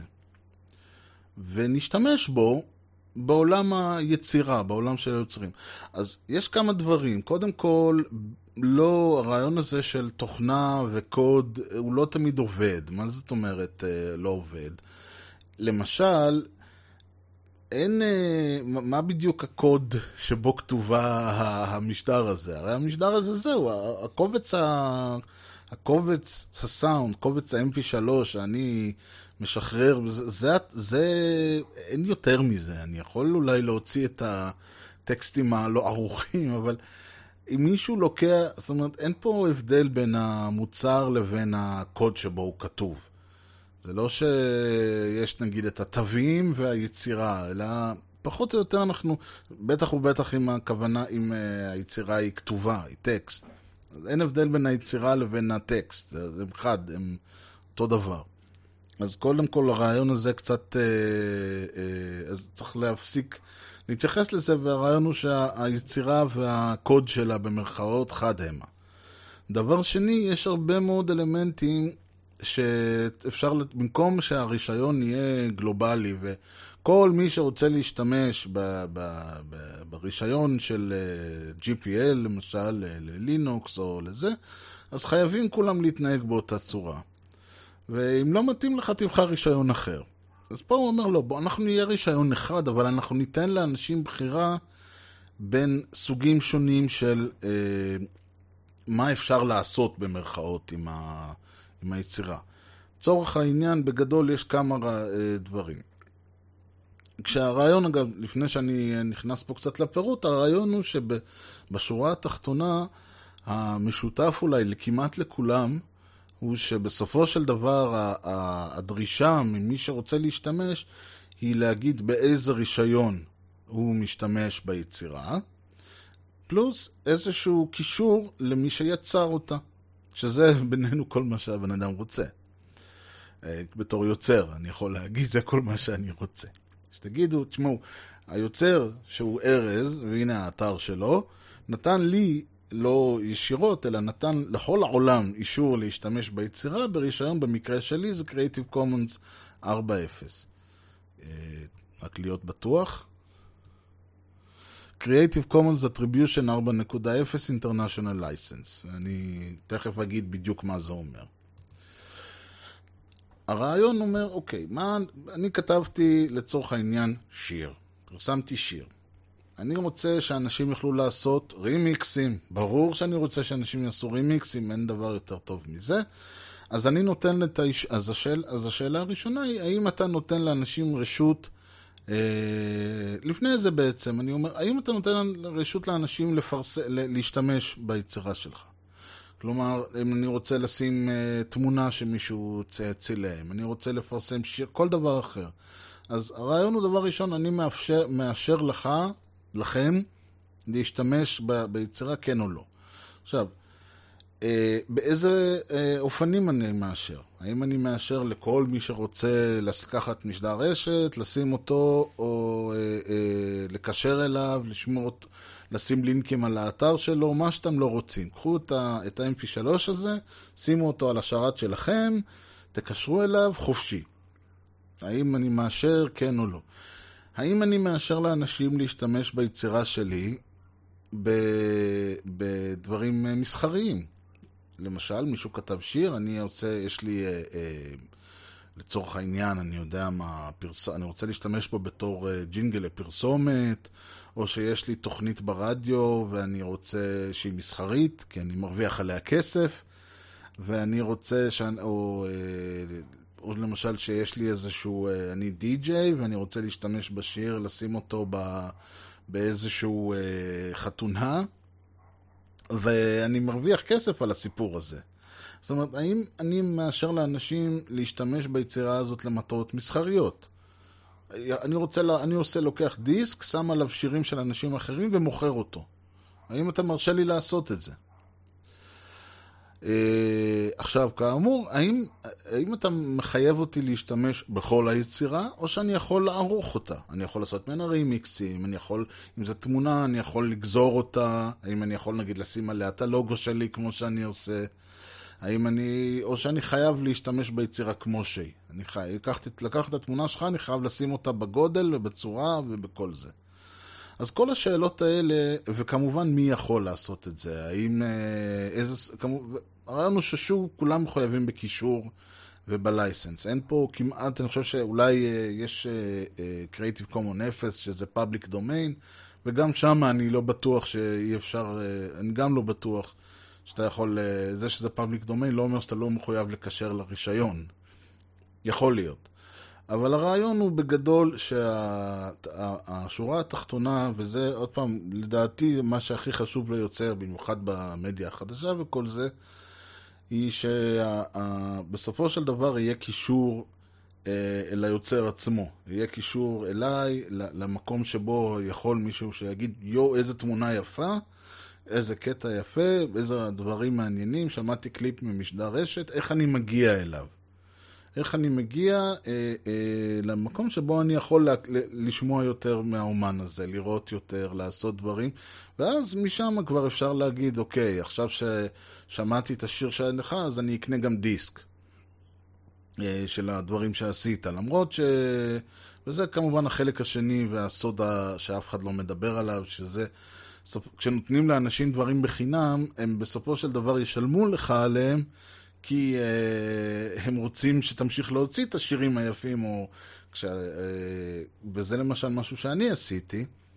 ונשתמש בו בעולם היצירה, בעולם של היוצרים. אז יש כמה דברים. קודם כל, לא, הרעיון הזה של תוכנה וקוד, הוא לא תמיד עובד. מה זאת אומרת לא עובד? למשל, אין, מה בדיוק הקוד שבו כתובה המשדר הזה? הרי המשדר הזה זהו, הקובץ, הקובץ הסאונד, קובץ ה-אם פי שלוש שאני משחרר, זה, זה, זה, אין יותר מזה. אני יכול אולי להוציא את הטקסטים הלא ערוכים, אבל אם מישהו לוקח, זאת אומרת, אין פה הבדל בין המוצר לבין הקוד שבו הוא כתוב. זה לא שיש נגיד את התווים והיצירה, אלא פחות או יותר אנחנו, בטח ובטח עם הכוונה, אם היצירה היא כתובה, היא טקסט. אז אין הבדל בין היצירה לבין הטקסט, זה אחד, הם אותו דבר. אז קודם כל הרעיון הזה קצת, אז צריך להפסיק להתייחס לזה, והרעיון הוא שהיצירה והקוד שלה במרכאות חד המה. דבר שני, יש הרבה מאוד אלמנטים שאפשר, במקום שהרישיון יהיה גלובלי וכל מי שרוצה להשתמש ב, ב, ב, ברישיון של ג'י פי אל למשל, ללינוקס או לזה, אז חייבים כולם להתנהג באותה צורה. ואם לא מתאים לך, תבחר רישיון אחר. אז פה הוא אומר לו, בוא, אנחנו נהיה רישיון אחד, אבל אנחנו ניתן לאנשים בחירה בין סוגים שונים של אה, מה אפשר לעשות במרכאות עם, ה, עם היצירה. צורך העניין, בגדול יש כמה אה, דברים. כשהרעיון, אגב, לפני שאני נכנס פה קצת לפירוט, הרעיון הוא שבשורה התחתונה, המשותף אולי כמעט לכולם, הוא שבסופו של דבר הדרישה ממי שרוצה להשתמש, היא להגיד באיזה רישיון הוא משתמש ביצירה, פלוס איזשהו קישור למי שיצר אותה, שזה בינינו כל מה שהבן אדם רוצה. בתור יוצר, אני יכול להגיד, זה כל מה שאני רוצה. שתגידו, תשמעו, היוצר שהוא ארז, והנה האתר שלו, נתן לי, לא ישירות, אלא נתן לכל העולם אישור להשתמש ביצירה, ברישיון במקרה שלי זה Creative Commons ארבע אפס. רק להיות בטוח. Creative Commons Attribution ארבע נקודה אפס International License. אני תכף אגיד בדיוק מה זה אומר. הרעיון אומר, אוקיי, מה, אני כתבתי לצורך העניין שיר. פרסמתי שיר. אני רוצה שאנשים יוכלו לעשות רימיקסים. ברור שאני רוצה שאנשים יעשו רימיקסים, אין דבר יותר טוב מזה. אז אני נותן את האיש... אז, השאל... אז השאלה הראשונה היא, האם אתה נותן לאנשים רשות, אה... לפני זה בעצם, אני אומר, האם אתה נותן רשות לאנשים לפרס... להשתמש ביצירה שלך? כלומר, אם אני רוצה לשים uh, תמונה שמישהו צילם, אני רוצה לפרסם שיר, כל דבר אחר. אז הרעיון הוא דבר ראשון, אני מאפשר, מאשר לך, לכם, להשתמש ב, ביצירה כן או לא. עכשיו, uh, באיזה uh, אופנים אני מאשר? האם אני מאשר לכל מי שרוצה לקחת משדר רשת, לשים אותו, או uh, uh, לקשר אליו, לשמור אותו, לשים לינקים על האתר שלו, מה שאתם לא רוצים. קחו את ה-אם פי שלוש הזה, שימו אותו על השרת שלכם, תקשרו אליו חופשי. האם אני מאשר, כן או לא? האם אני מאשר לאנשים להשתמש ביצירה שלי בדברים מסחריים? למשל, מישהו כתב שיר, אני רוצה, יש לי, אה, אה, לצורך העניין, אני יודע מה, פרס... אני רוצה להשתמש בו בתור אה, ג'ינגל לפרסומת, או שיש לי תוכנית ברדיו ואני רוצה שהיא מסחרית, כי אני מרוויח עליה כסף, ואני רוצה, שאני, או, או למשל שיש לי איזשהו, אני די-ג'יי, ואני רוצה להשתמש בשיר, לשים אותו ב, באיזשהו חתונה, ואני מרוויח כסף על הסיפור הזה. זאת אומרת, האם אני מאשר לאנשים להשתמש ביצירה הזאת למטרות מסחריות? אני רוצה, אני עושה, לוקח דיסק, שם עליו שירים של אנשים אחרים ומוכר אותו. האם אתה מרשה לי לעשות את זה? עכשיו, כאמור, האם, האם אתה מחייב אותי להשתמש בכל היצירה, או שאני יכול לערוך אותה? אני יכול לעשות ממנה רימיקסים, אני יכול, אם זו תמונה, אני יכול לגזור אותה, האם אני יכול, נגיד, לשים עליה את הלוגו שלי כמו שאני עושה, האם אני, או שאני חייב להשתמש ביצירה כמו שהיא. אני חייב, לקחת, לקחת את התמונה שלך, אני חייב לשים אותה בגודל ובצורה ובכל זה. אז כל השאלות האלה, וכמובן מי יכול לעשות את זה, האם, איזה, כמובן, הרעיון הוא ששוב כולם מחויבים בקישור ובלייסנס. אין פה כמעט, אני חושב שאולי יש Creative Commons אפס, שזה Public Domain, וגם שם אני לא בטוח שאי אפשר, אני גם לא בטוח שאתה יכול, זה שזה Public Domain לא אומר שאתה לא מחויב לקשר לרישיון. יכול להיות. אבל הרעיון הוא בגדול שהשורה התחתונה, וזה עוד פעם, לדעתי, מה שהכי חשוב ליוצר, במיוחד במדיה החדשה וכל זה, היא שבסופו של דבר יהיה קישור אל היוצר עצמו. יהיה קישור אליי, למקום שבו יכול מישהו שיגיד, יו, איזה תמונה יפה, איזה קטע יפה, איזה דברים מעניינים, שמעתי קליפ ממשדר רשת, איך אני מגיע אליו. איך אני מגיע אה, אה, למקום שבו אני יכול לה, לשמוע יותר מהאומן הזה, לראות יותר, לעשות דברים, ואז משם כבר אפשר להגיד, אוקיי, עכשיו ששמעתי את השיר שלך, אז אני אקנה גם דיסק אה, של הדברים שעשית, למרות ש... וזה כמובן החלק השני והסוד שאף אחד לא מדבר עליו, שזה... כשנותנים לאנשים דברים בחינם, הם בסופו של דבר ישלמו לך עליהם, כי uh, הם רוצים שתמשיך להוציא את השירים היפים, או כש, uh, וזה למשל משהו שאני עשיתי,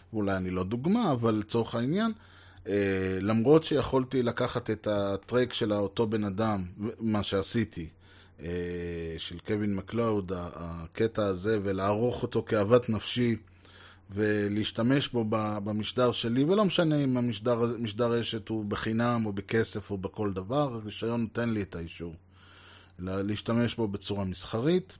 ואולי אני לא דוגמה, אבל לצורך העניין, למרות שיכולתי לקחת את הטרק של אותו בן אדם, מה שעשיתי, של קווין מקלאוד, הקטע הזה, ולערוך אותו כאהבת נפשי, ולהשתמש בו במשדר שלי, ולא משנה אם המשדר, משדר רשת הוא בחינם או בכסף או בכל דבר, הרישיון נותן לי את האישור להשתמש בו בצורה מסחרית,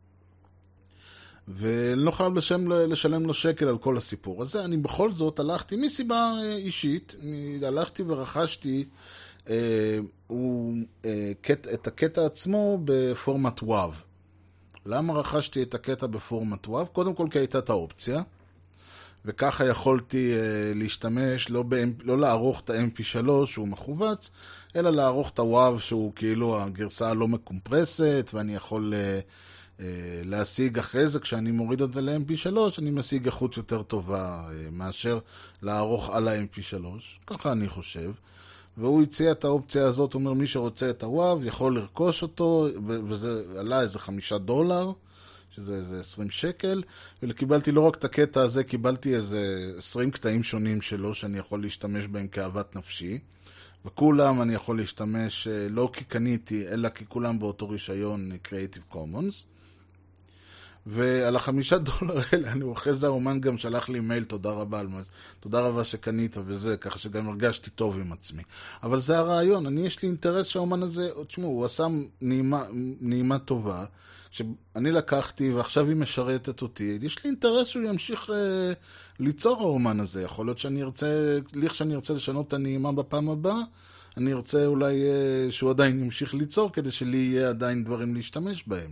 ולא חייב לשלם, לשלם לו שקל על כל הסיפור הזה. אני בכל זאת הלכתי מסיבה אישית, הלכתי ורכשתי אה, הוא, אה, קט, את הקטע עצמו בפורמט וואו. למה רכשתי את הקטע בפורמט וואו? קודם כל כי הייתה את האופציה, וככה יכולתי uh, להשתמש, לא, ב- לא לערוך את ה-אם פי שלוש שהוא מחובץ, אלא לערוך את הוואו שהוא כאילו הגרסה הלא מקומפרסת, ואני יכול uh, uh, להשיג אחרי זה, כשאני מוריד את זה ל-אם פי שלוש, אני משיג איכות יותר טובה uh, מאשר לערוך על ה-אם פי שלוש. ככה אני חושב. והוא הציע את האופציה הזאת, הוא אומר, מי שרוצה את הוואו יכול לרכוש אותו, ו- וזה עלה איזה חמישה דולר, שזה איזה עשרים שקל, וקיבלתי לא רק את הקטע הזה, קיבלתי איזה עשרים קטעים שונים שלו, שאני יכול להשתמש בהם כאהבת נפשי, וכולם אני יכול להשתמש, לא כי קניתי, אלא כי כולם באותו רישיון Creative Commons, ועל החמישה דולר האלה, אני אחרי זה האומן גם שלח לי מייל, תודה רבה, תודה רבה שקנית וזה, ככה שגם הרגשתי טוב עם עצמי. אבל זה הרעיון, אני יש לי אינטרס שהאומן הזה, תשמעו, הוא עשה נעימה, נעימה טובה, שאני לקחתי ועכשיו היא משרתת אותי, יש לי אינטרס שהוא ימשיך אה, ליצור האומן הזה. יכול להיות שאני ארצה, ליך שאני ארצה לשנות את הנעימה בפעם הבאה, אני ארצה אולי אה, שהוא עדיין ימשיך ליצור, כדי שלי יהיה עדיין דברים להשתמש בהם.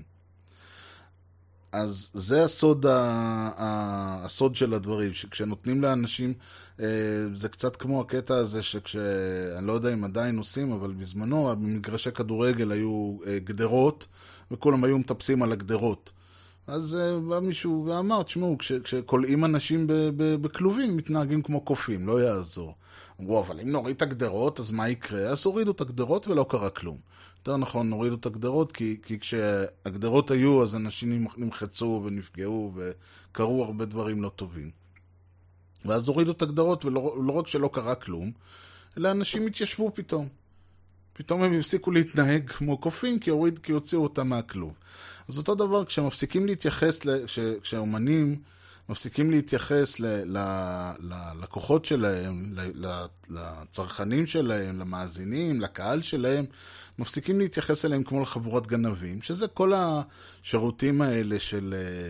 אז זה הסוד, ה... הסוד של הדברים, שכשנותנים לאנשים, זה קצת כמו הקטע הזה שכש... אני לא יודע אם עדיין עושים, אבל בזמנו, במגרשי כדורגל היו גדרות, וכולם היו מטפסים על הגדרות. אז בא מישהו ואמר, תשמעו, כש... כשקולעים אנשים ב... ב... בכלובים, מתנהגים כמו קופים, לא יעזור. אמרו, אבל אם נוריד את הגדרות, אז מה יקרה? אז הורידו את הגדרות ולא קרה כלום. יותר נכון, נורידו את הגדרות, כי, כי כשהגדרות היו, אז אנשים נמחצו ונפגעו וקרו הרבה דברים לא טובים. ואז הורידו את הגדרות, ולא לא רק שלא קרה כלום, אלא אנשים התיישבו פתאום. פתאום הם הפסיקו להתנהג כמו קופים, כי, הוריד, כי הוציאו אותם מהכלוב. אז אותו דבר, כשמפסיקים להתייחס, כש, כשהאומנים מפסיקים להתייחס ללקוחות שלהם, לצרכנים שלהם, למאזינים, לקהל שלהם, מפסיקים להתייחס אליהם כמו לחבורת גנבים, שזה כל השירותים האלה של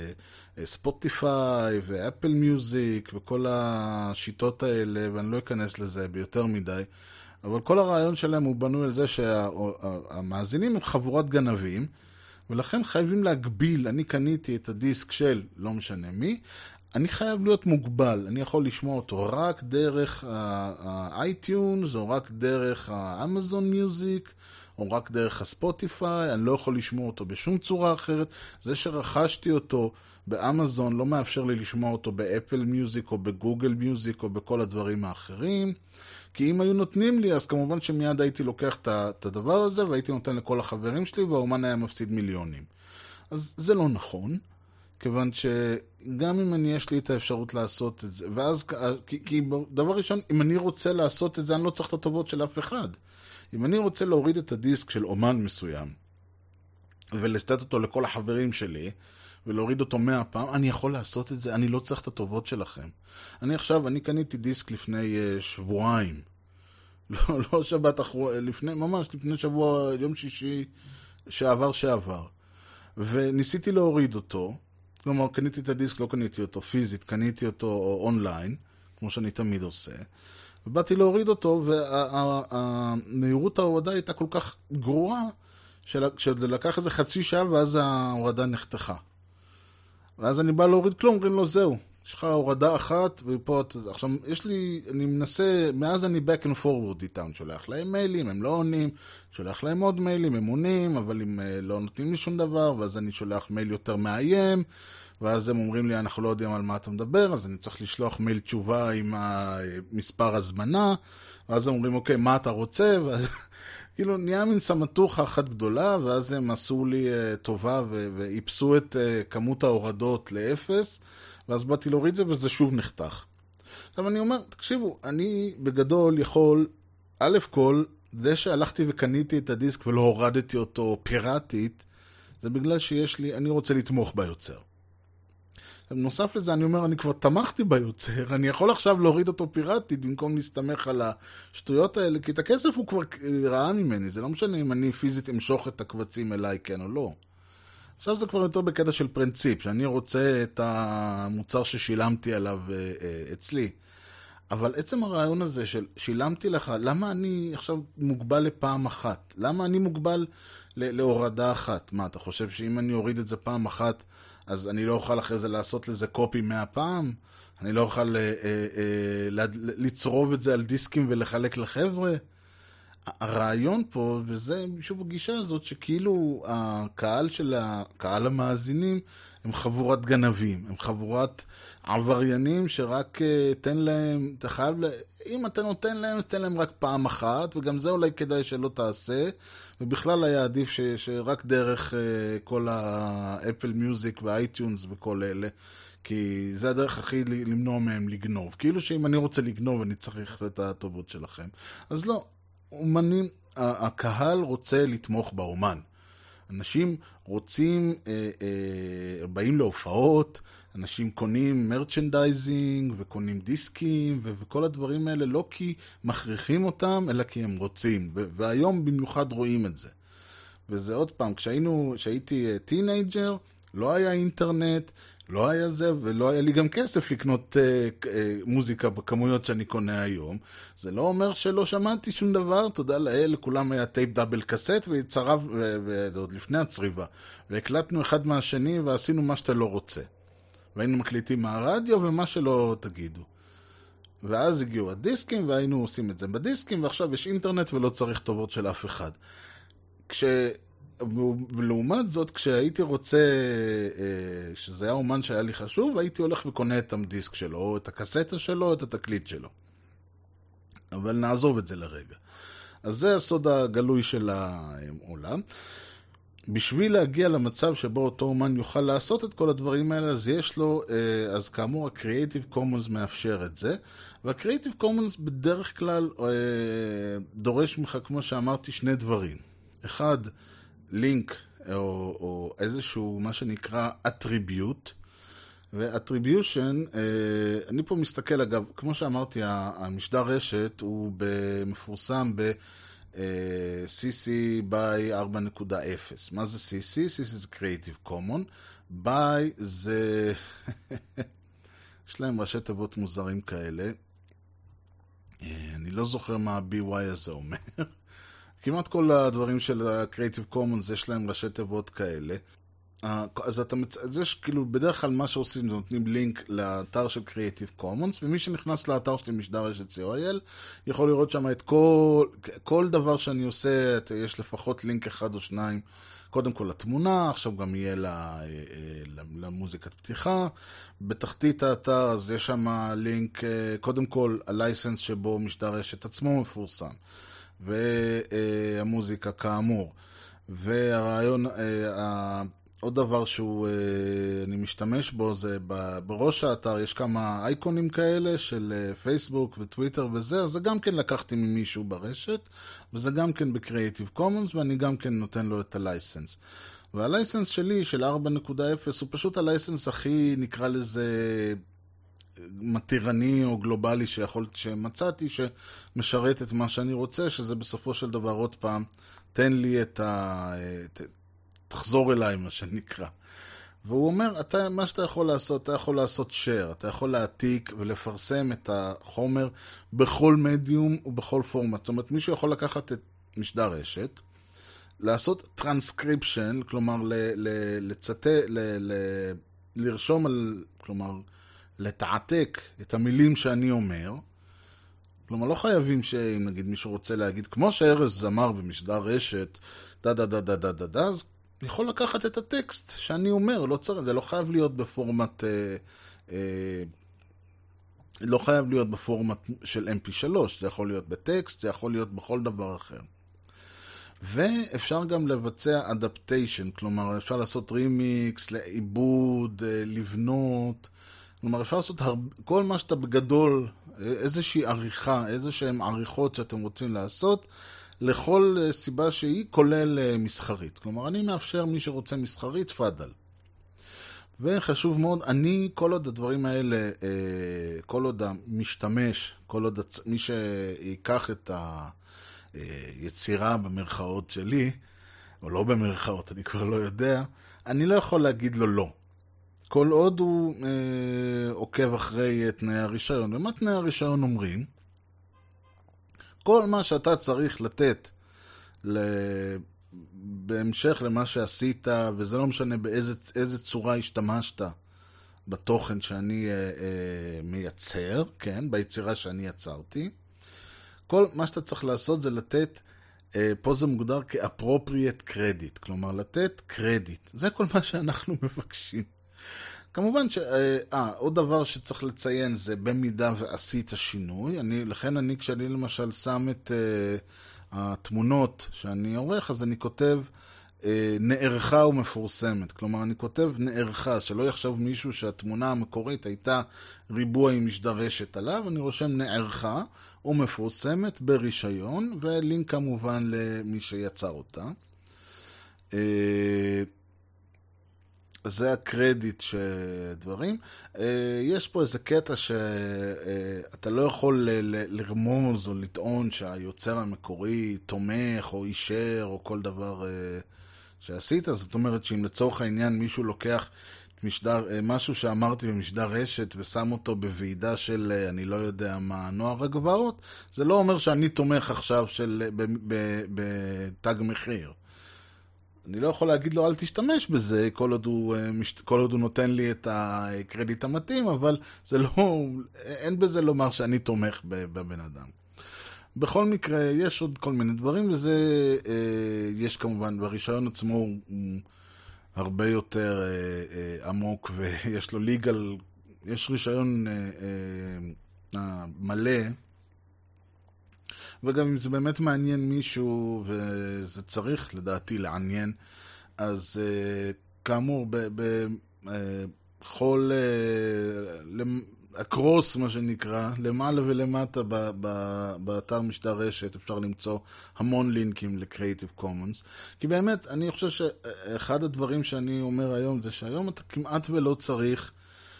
ספוטיפיי ואפל מיוזיק וכל השיטות האלה, ואני לא אכנס לזה ביותר מדי, אבל כל הרעיון שלהם הוא בנוי על זה שהמאזינים הם חבורת גנבים, ולכן חייבים להגביל. אני קניתי את הדיסק של לא משנה מי, אני חייב להיות מוגבל, אני יכול לשמוע אותו רק דרך האייטיונס, או רק דרך האמזון מיוזיק, או רק דרך הספוטיפיי, אני לא יכול לשמוע אותו בשום צורה אחרת. זה שרכשתי אותו באמזון לא מאפשר לי לשמוע אותו באפל מיוזיק, או בגוגל מיוזיק, או בכל הדברים האחרים, כי אם היו נותנים לי, אז כמובן שמיד הייתי לוקח את הדבר הזה, והייתי נותן לכל החברים שלי, והאומן היה מפסיד מיליונים. אז זה לא נכון, כיוון שגם אם אני יש לי את האפשרות לעשות את זה, ואז, כי, כי דבר ראשון, אם אני רוצה לעשות את זה, אני לא צריך את הטובות של אף אחד. אם אני רוצה להוריד את הדיסק של אומן מסוים, ולסתת אותו לכל החברים שלי, ולהוריד אותו מאה פעם, אני יכול לעשות את זה, אני לא צריך את הטובות שלכם. אני עכשיו, אני קניתי דיסק לפני uh, שבועיים, לא, לא שבת אחרונה, לפני, ממש לפני שבוע, יום שישי שעבר שעבר, וניסיתי להוריד אותו, כלומר, קניתי את הדיסק, לא קניתי אותו פיזית, קניתי אותו אונליין, כמו שאני תמיד עושה, ובאתי להוריד אותו, והמהירות ההורדה הייתה כל כך גרועה, שזה לקח איזה חצי שעה, ואז ההורדה נחתכה. ואז אני בא להוריד כלום, אומרים לו, זהו, יש לך הורדה אחת, ופה, עכשיו, יש לי, אני מנסה, מאז אני back and forward איתם, שולח להם מיילים, הם לא עונים, שולח להם עוד מיילים, הם עונים, אבל הם לא נותנים לי שום דבר, ואז אני שולח מייל יותר מאיים, ואז הם אומרים לי, אנחנו לא יודעים על מה אתה מדבר, אז אני צריך לשלוח מייל תשובה עם מספר הזמנה, ואז הם אומרים, אוקיי, מה אתה רוצה? ואז, כאילו, נהיה מין סמטוחה אחת גדולה, ואז הם עשו לי uh, טובה, ואיפסו את uh, כמות ההורדות לאפס, ואז באתי להוריד זה, וזה שוב נחתך. עכשיו אני אומר, תקשיבו, אני בגדול יכול, א' כל, זה שהלכתי וקניתי את הדיסק ולא הורדתי אותו פיראטית, זה בגלל שיש לי, אני רוצה לתמוך ביוצר. נוסף לזה, אני אומר, אני כבר תמכתי ביוצר, אני יכול עכשיו להוריד אותו פיראטית, במקום להסתמך על השטויות האלה, כי את הכסף הוא כבר ראה ממני, זה לא משנה אם אני פיזית אמשוך את הקבצים אליי, כן או לא. עכשיו זה כבר יותר בקטע של פרינציפ, שאני רוצה את המוצר ששילמתי עליו אצלי. אבל עצם הרעיון הזה של שילמתי לך, למה אני עכשיו מוגבל לפעם אחת? למה אני מוגבל להורדה אחת? מה, אתה חושב שאם אני אוריד את זה פעם אחת, אז אני לא אוכל אחרי זה לעשות לזה קופי מאה פעם? אני לא אוכל אה, אה, אה, לצרוב את זה על דיסקים ולחלק לחבר'ה? הרעיון פה, וזה שוב הגישה הזאת, שכאילו הקהל של הקהל המאזינים הם חבורת גנבים, הם חבורת עבריינים שרק תן להם, אתה חייב, לה, אם אתה נותן להם, תן להם רק פעם אחת, וגם זה אולי כדאי שלא תעשה, ובכלל היה עדיף ש, שרק דרך כל האפל מיוזיק והאייטיונס וכל אלה, כי זה הדרך הכי למנוע מהם לגנוב. כאילו שאם אני רוצה לגנוב, אני צריך את הטובות שלכם. אז לא, אומנים, הקהל רוצה לתמוך באומן. אנשים רוצים, אה, אה, באים להופעות, אנשים קונים מרצ'נדייזינג וקונים דיסקים ו- וכל הדברים האלה, לא כי מכריחים אותם, אלא כי הם רוצים. ו- והיום במיוחד רואים את זה. וזה עוד פעם, כשהיינו, כשהייתי טינאג'ר, לא היה אינטרנט, לא היה זה, ולא היה לי גם כסף לקנות אה, אה, מוזיקה בכמויות שאני קונה היום. זה לא אומר שלא שמעתי שום דבר, תודה לאל, לכולם היה טייפ דאבל קסט, וצרב, ועוד לפני הצריבה. והקלטנו אחד מהשני, ועשינו מה שאתה לא רוצה. והיינו מקליטים מהרדיו, ומה שלא תגידו. ואז הגיעו הדיסקים, והיינו עושים את זה בדיסקים, ועכשיו יש אינטרנט ולא צריך טובות של אף אחד. כש... ולעומת זאת, כשהייתי רוצה, שזה היה אומן שהיה לי חשוב, הייתי הולך וקונה את הדיסק שלו, או את הקסטה שלו, או את התקליט שלו. אבל נעזוב את זה לרגע. אז זה הסוד הגלוי של העולם. בשביל להגיע למצב שבו אותו אומן יוכל לעשות את כל הדברים האלה, אז יש לו, אז כאמור, ה-Creative Commons מאפשר את זה, וה-Creative Commons בדרך כלל דורש ממך, כמו שאמרתי, שני דברים. אחד, לינק או, או איזשהו מה שנקרא attribute, ו-attribution, אני פה מסתכל אגב, כמו שאמרתי, המשדר רשת הוא מפורסם ב-סי סי by ארבע נקודה אפס. מה זה סי סי? סי סי זה Creative Common, by זה, יש להם ראשי תיבות מוזרים כאלה, אני לא זוכר מה ה-בי וואי הזה אומר, כמעט כל הדברים של ה-Creative Commons יש להם ראשי תיבות כאלה. אז אתה מצ... אז יש כאילו בדרך כלל מה שעושים, נותנים לינק לאתר של Creative Commons, ומי שנכנס לאתר שלי משדר רשת סי או איי אל יכול לראות שם את כל, כל דבר שאני עושה, יש לפחות לינק אחד או שניים, קודם כל לתמונה, עכשיו גם יהיה למוזיקת פתיחה, בתחתית האתר אז יש שם לינק, קודם כל הלייסנס שבו משדר רשת עצמו מפורסם, והמוזיקה כאמור, והרעיון, עוד דבר שהוא, אני משתמש בו, זה בראש האתר יש כמה אייקונים כאלה של פייסבוק וטוויטר וזה, אז זה גם כן לקחתי ממישהו ברשת, וזה גם כן ב-Creative Commons, ואני גם כן נותן לו את הלייסנס. והלייסנס שלי, של ארבע נקודה אפס, הוא פשוט הלייסנס הכי, נקרא לזה, מטירני או גלובלי שיכול, שמצאתי, שמשרת את מה שאני רוצה, שזה בסופו של דבר עוד פעם, תן לי את ה... תחזור אליי, מה שנקרא. והוא אומר, אתה, מה שאתה יכול לעשות, אתה יכול לעשות share, אתה יכול להעתיק ולפרסם את החומר בכל מדיום ובכל פורמט. זאת אומרת, מישהו יכול לקחת את משדר רשת, לעשות טרנסקריפשן, כלומר, ל, ל, לצטה, ל, ל, לרשום על, כלומר, לתעתק את המילים שאני אומר. כלומר, לא חייבים שאם נגיד מישהו רוצה להגיד, כמו שארז אמר במשדר רשת, דה דה דה דה דה דה דה, אז יכול לקחת את הטקסט שאני אומר, לא צריך, זה לא חייב להיות בפורמט, אה, אה, לא חייב להיות בפורמט של אם פי שלוש, זה יכול להיות בטקסט, זה יכול להיות בכל דבר אחר. ואפשר גם לבצע adaptation, כלומר אפשר לעשות רימיקס, לעיבוד, לבנות, זאת כלומר, אפשר לעשות הרבה, כל מה שאתה בגדול, איזושהי עריכה, איזשהם עריכות שאתם רוצים לעשות, לכל סיבה שהיא, כולל מסחרית. כלומר, אני מאפשר מי שרוצה מסחרית, פדל. וחשוב מאוד, אני, כל עוד הדברים האלה, כל עוד המשתמש, כל עוד מי שיקח את היצירה במרכאות שלי, או לא במרכאות, אני כבר לא יודע, אני לא יכול להגיד לו לא. כל עוד הוא אה, עוקב אחרי תנאי הרישיון. ומה תנאי הרישיון אומרים? כל מה שאתה צריך לתת בהמשך למה שעשית, וזה לא משנה באיזה איזה צורה השתמשת בתוכן שאני אה, אה, מייצר, כן, ביצירה שאני יצרתי, כל מה שאתה צריך לעשות זה לתת, אה, פה זה מוגדר כ-appropriate credit, כלומר לתת קרדיט. זה כל מה שאנחנו מבקשים. כמובן ש... אה, עוד דבר שצריך לציין זה במידה ועשית שינוי. אני, לכן אני, כשאני למשל שם את אה, התמונות שאני עורך, אז אני כותב אה, נערכה ומפורסמת. כלומר, אני כותב נערכה, שלא יחשב מישהו שהתמונה המקורית הייתה ריבוע עם משדרשת עליו, אני רושם נערכה ומפורסמת ברישיון, ולינק כמובן למי שיצר אותה. אה... זה הקרדיט שדברים. יש פה איזה קטע שאתה לא יכול לרמוז או לטעון שהיוצר המקורי תומך או אישר או כל דבר שעשית. זאת אומרת שאם לצורך העניין מישהו לוקח משדר, משהו שאמרתי במשדר רשת ושם אותו בוועידה של אני לא יודע מה, נוער הגבעות, זה לא אומר שאני תומך עכשיו של, בתג מחיר. אני לא יכול להגיד לו, אל תשתמש בזה, כל עוד הוא, כל עוד הוא נותן לי את הקרדיט המתאים, אבל זה לא, אין בזה לומר שאני תומך בבן אדם. בכל מקרה, יש עוד כל מיני דברים, וזה, יש כמובן, ברישיון עצמו הוא הרבה יותר עמוק, ויש לו ליגל, יש רישיון מלא, וגם אם זה באמת מעניין מישהו, וזה צריך לדעתי לעניין, אז כאמור, בכל הקרוס, מה שנקרא, למעלה ולמטה באתר משדר רשת, אפשר למצוא המון לינקים ל-Creative Commons. כי באמת, אני חושב שאחד הדברים שאני אומר היום, זה שהיום אתה כמעט ולא צריך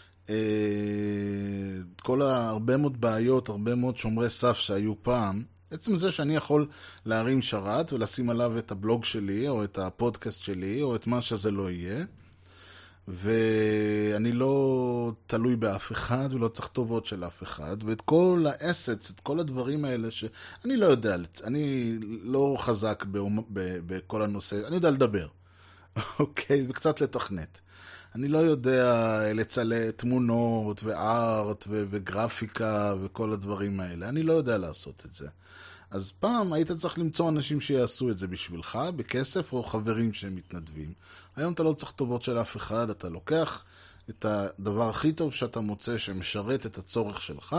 כל הרבה מאוד בעיות, הרבה מאוד שומרי סף שהיו פעם, עצם זה שאני יכול להרים שרת ולשים עליו את הבלוג שלי, או את הפודקאסט שלי, או את מה שזה לא יהיה, ואני לא תלוי באף אחד, ולא צריך טובות של אף אחד, ואת כל האסץ, את כל הדברים האלה שאני לא יודע, אני לא חזק בכל הנושא, אני יודע לדבר, אוקיי, וקצת לתכנת. אני לא יודע לצלם תמונות וארט וגרפיקה וכל הדברים האלה. אני לא יודע לעשות את זה. אז פעם היית צריך למצוא אנשים שיעשו את זה בשבילך, בכסף או חברים שמתנדבים. היום אתה לא צריך טובות של אף אחד, אתה לוקח את הדבר הכי טוב שאתה מוצא שמשרת את הצורך שלך,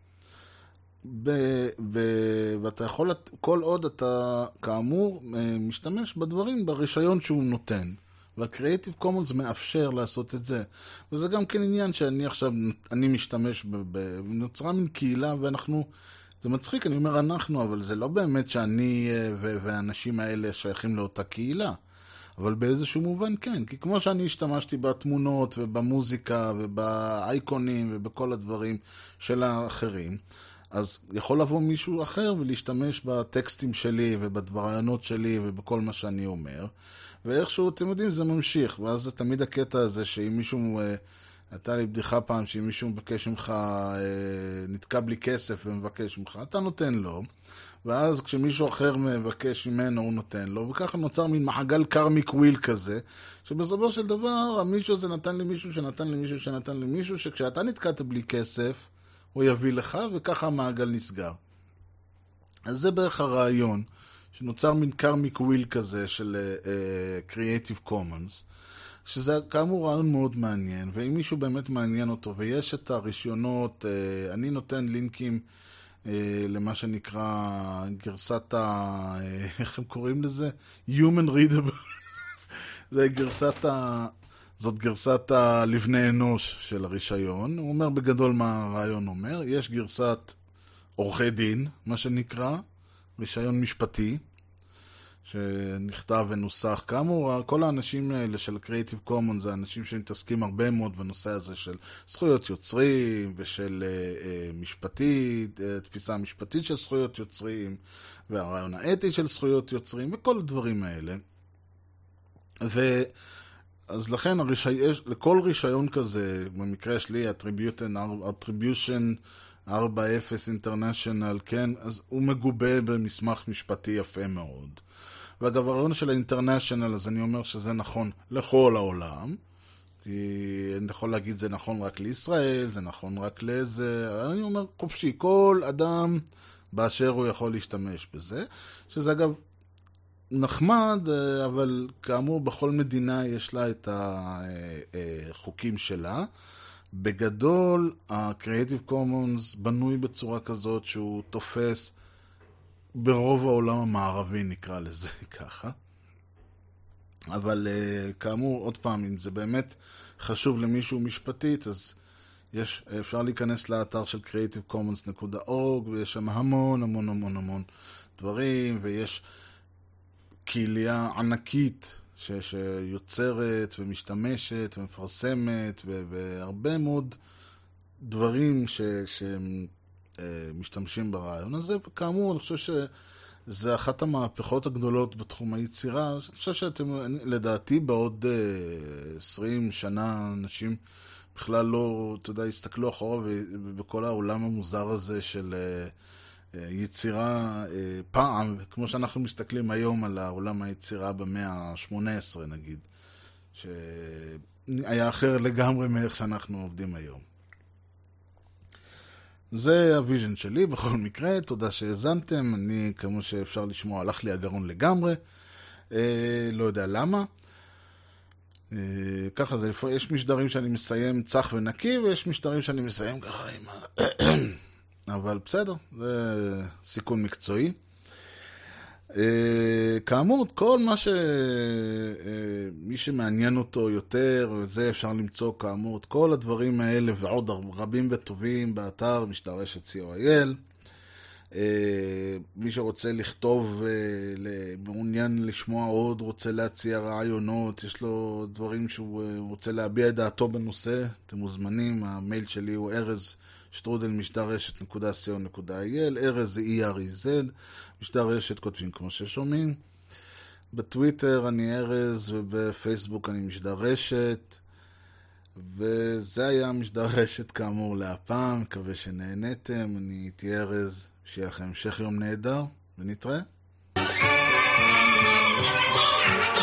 ב- ב- ואתה יכול, כל עוד אתה כאמור משתמש בדברים ברישיון שהוא נותן. וה-Creative Commons מאפשר לעשות את זה. וזה גם כן עניין שאני עכשיו, אני משתמש בנוצרה מן קהילה, ואנחנו, זה מצחיק, אני אומר אנחנו, אבל זה לא באמת שאני והאנשים האלה שייכים לאותה קהילה. אבל באיזשהו מובן כן, כי כמו שאני השתמשתי בתמונות ובמוזיקה ובאייקונים ובכל הדברים של האחרים, אז יכול לבוא מישהו אחר ולהשתמש בטקסטים שלי ובדבריינות שלי ובכל מה שאני אומר, ואיכשהו, אתם יודעים, זה ממשיך, ואז זה תמיד הקטע הזה שאם מישהו, הייתה לי בדיחה פעם, שאם מישהו מבקש ממך, נתקע בלי כסף ומבקש ממך, אתה נותן לו, ואז כשמישהו אחר מבקש ממנו, הוא נותן לו, וככה נוצר מין מעגל קרמיק וויל כזה, שבסופו של דבר, המישהו הזה נתן למישהו שנתן למישהו שנתן למישהו, שכשאתה נתקעת בלי כסף, הוא יביא לך, וככה המעגל נסגר. אז זה בערך הרעיון, שנוצר מין קרמיק וויל כזה של uh, Creative Commons, שזה כאמור רעיון מאוד מעניין, ואם מישהו באמת מעניין אותו, ויש את הרישיונות, uh, אני נותן לינקים uh, למה שנקרא גרסת ה... Uh, איך הם קוראים לזה? Human Readable. זה גרסת ה... זאת גרסת הלבני אנוש של הרישיון. הוא אומר בגדול מה הרעיון אומר. יש גרסת עורכי דין, מה שנקרא, רישיון משפטי, שנכתב ונוסח. כאמור, כל האנשים האלה של Creative Commons זה אנשים שמתעסקים הרבה מאוד בנושא הזה של זכויות יוצרים ושל uh, משפטית, uh, תפיסה משפטית של זכויות יוצרים והרעיון האתי של זכויות יוצרים וכל הדברים האלה. ו... אז לכן הרישי... לכל רישיון כזה, במקרה שלי, Attribution ארבע אפס International, כן, אז הוא מגובה במסמך משפטי יפה מאוד. ואגב, הרעיון של האינטרנשיונל, אז אני אומר שזה נכון לכל העולם, כי אני יכול להגיד זה נכון רק לישראל, זה נכון רק לזה, אני אומר חופשי, כל אדם באשר הוא יכול להשתמש בזה, שזה אגב נחמד, אבל כאמור בכל מדינה יש לה את החוקים שלה. בגדול, ה-Creative Commons בנוי בצורה כזאת שהוא תופס ברוב העולם המערבי, נקרא לזה ככה. אבל כאמור, עוד פעם, אם זה באמת חשוב למישהו משפטית, אז יש, אפשר להיכנס לאתר של creative commons דוט אורג, ויש שם המון המון המון המון דברים, ויש קהילה ענקית ש, שיוצרת ומשתמשת ומפרסמת, ו, והרבה מאוד דברים ש, שהם משתמשים ברעיון הזה, וכאמור, אני חושב שזה אחת המהפכות הגדולות בתחום היצירה. אני חושב שאתם, לדעתי, בעוד עשרים שנה אנשים בכלל לא, אתה יודע, הסתכלו אחורה בכל העולם המוזר הזה של יצירה פעם, כמו שאנחנו מסתכלים היום על העולם היצירה במאה ה-שמונה עשרה נגיד, שהיה אחר לגמרי מאיך שאנחנו עובדים היום. זה הוויז'ן שלי בכל מקרה, תודה שהזנתם, אני כמו שאפשר לשמוע הלך לי הגרון לגמרי, אה, לא יודע למה. אה, ככה זה, יש משדרים שאני מסיים צח ונקי, ויש משדרים שאני מסיים ככה עם ה... אבל בסדר, זה סיכון מקצועי. Uh, כאמור, כל מה ש... uh, מי שמעניין אותו יותר, וזה אפשר למצוא כאמור, את כל הדברים האלה ועוד רבים וטובים באתר משדרשת סי או איי אל. Uh, מי שרוצה לכתוב, uh, מעוניין לשמוע עוד, רוצה להציע רעיונות, יש לו דברים שהוא uh, רוצה להביע את דעתו בנושא, אתם מוזמנים, המייל שלי הוא ארז שטרודל משדרשת נקודה סי או נקודה איי אל, ארז זה אי אר אי זד, משדרשת כותבים כמו ששומעים. בטוויטר אני ארז ובפייסבוק אני משדרשת, וזה היה משדרשת כאמור להפעם, מקווה שנהנתם, אני הייתי ארז, שיהיה לכם המשך יום נהדר, ונתראה.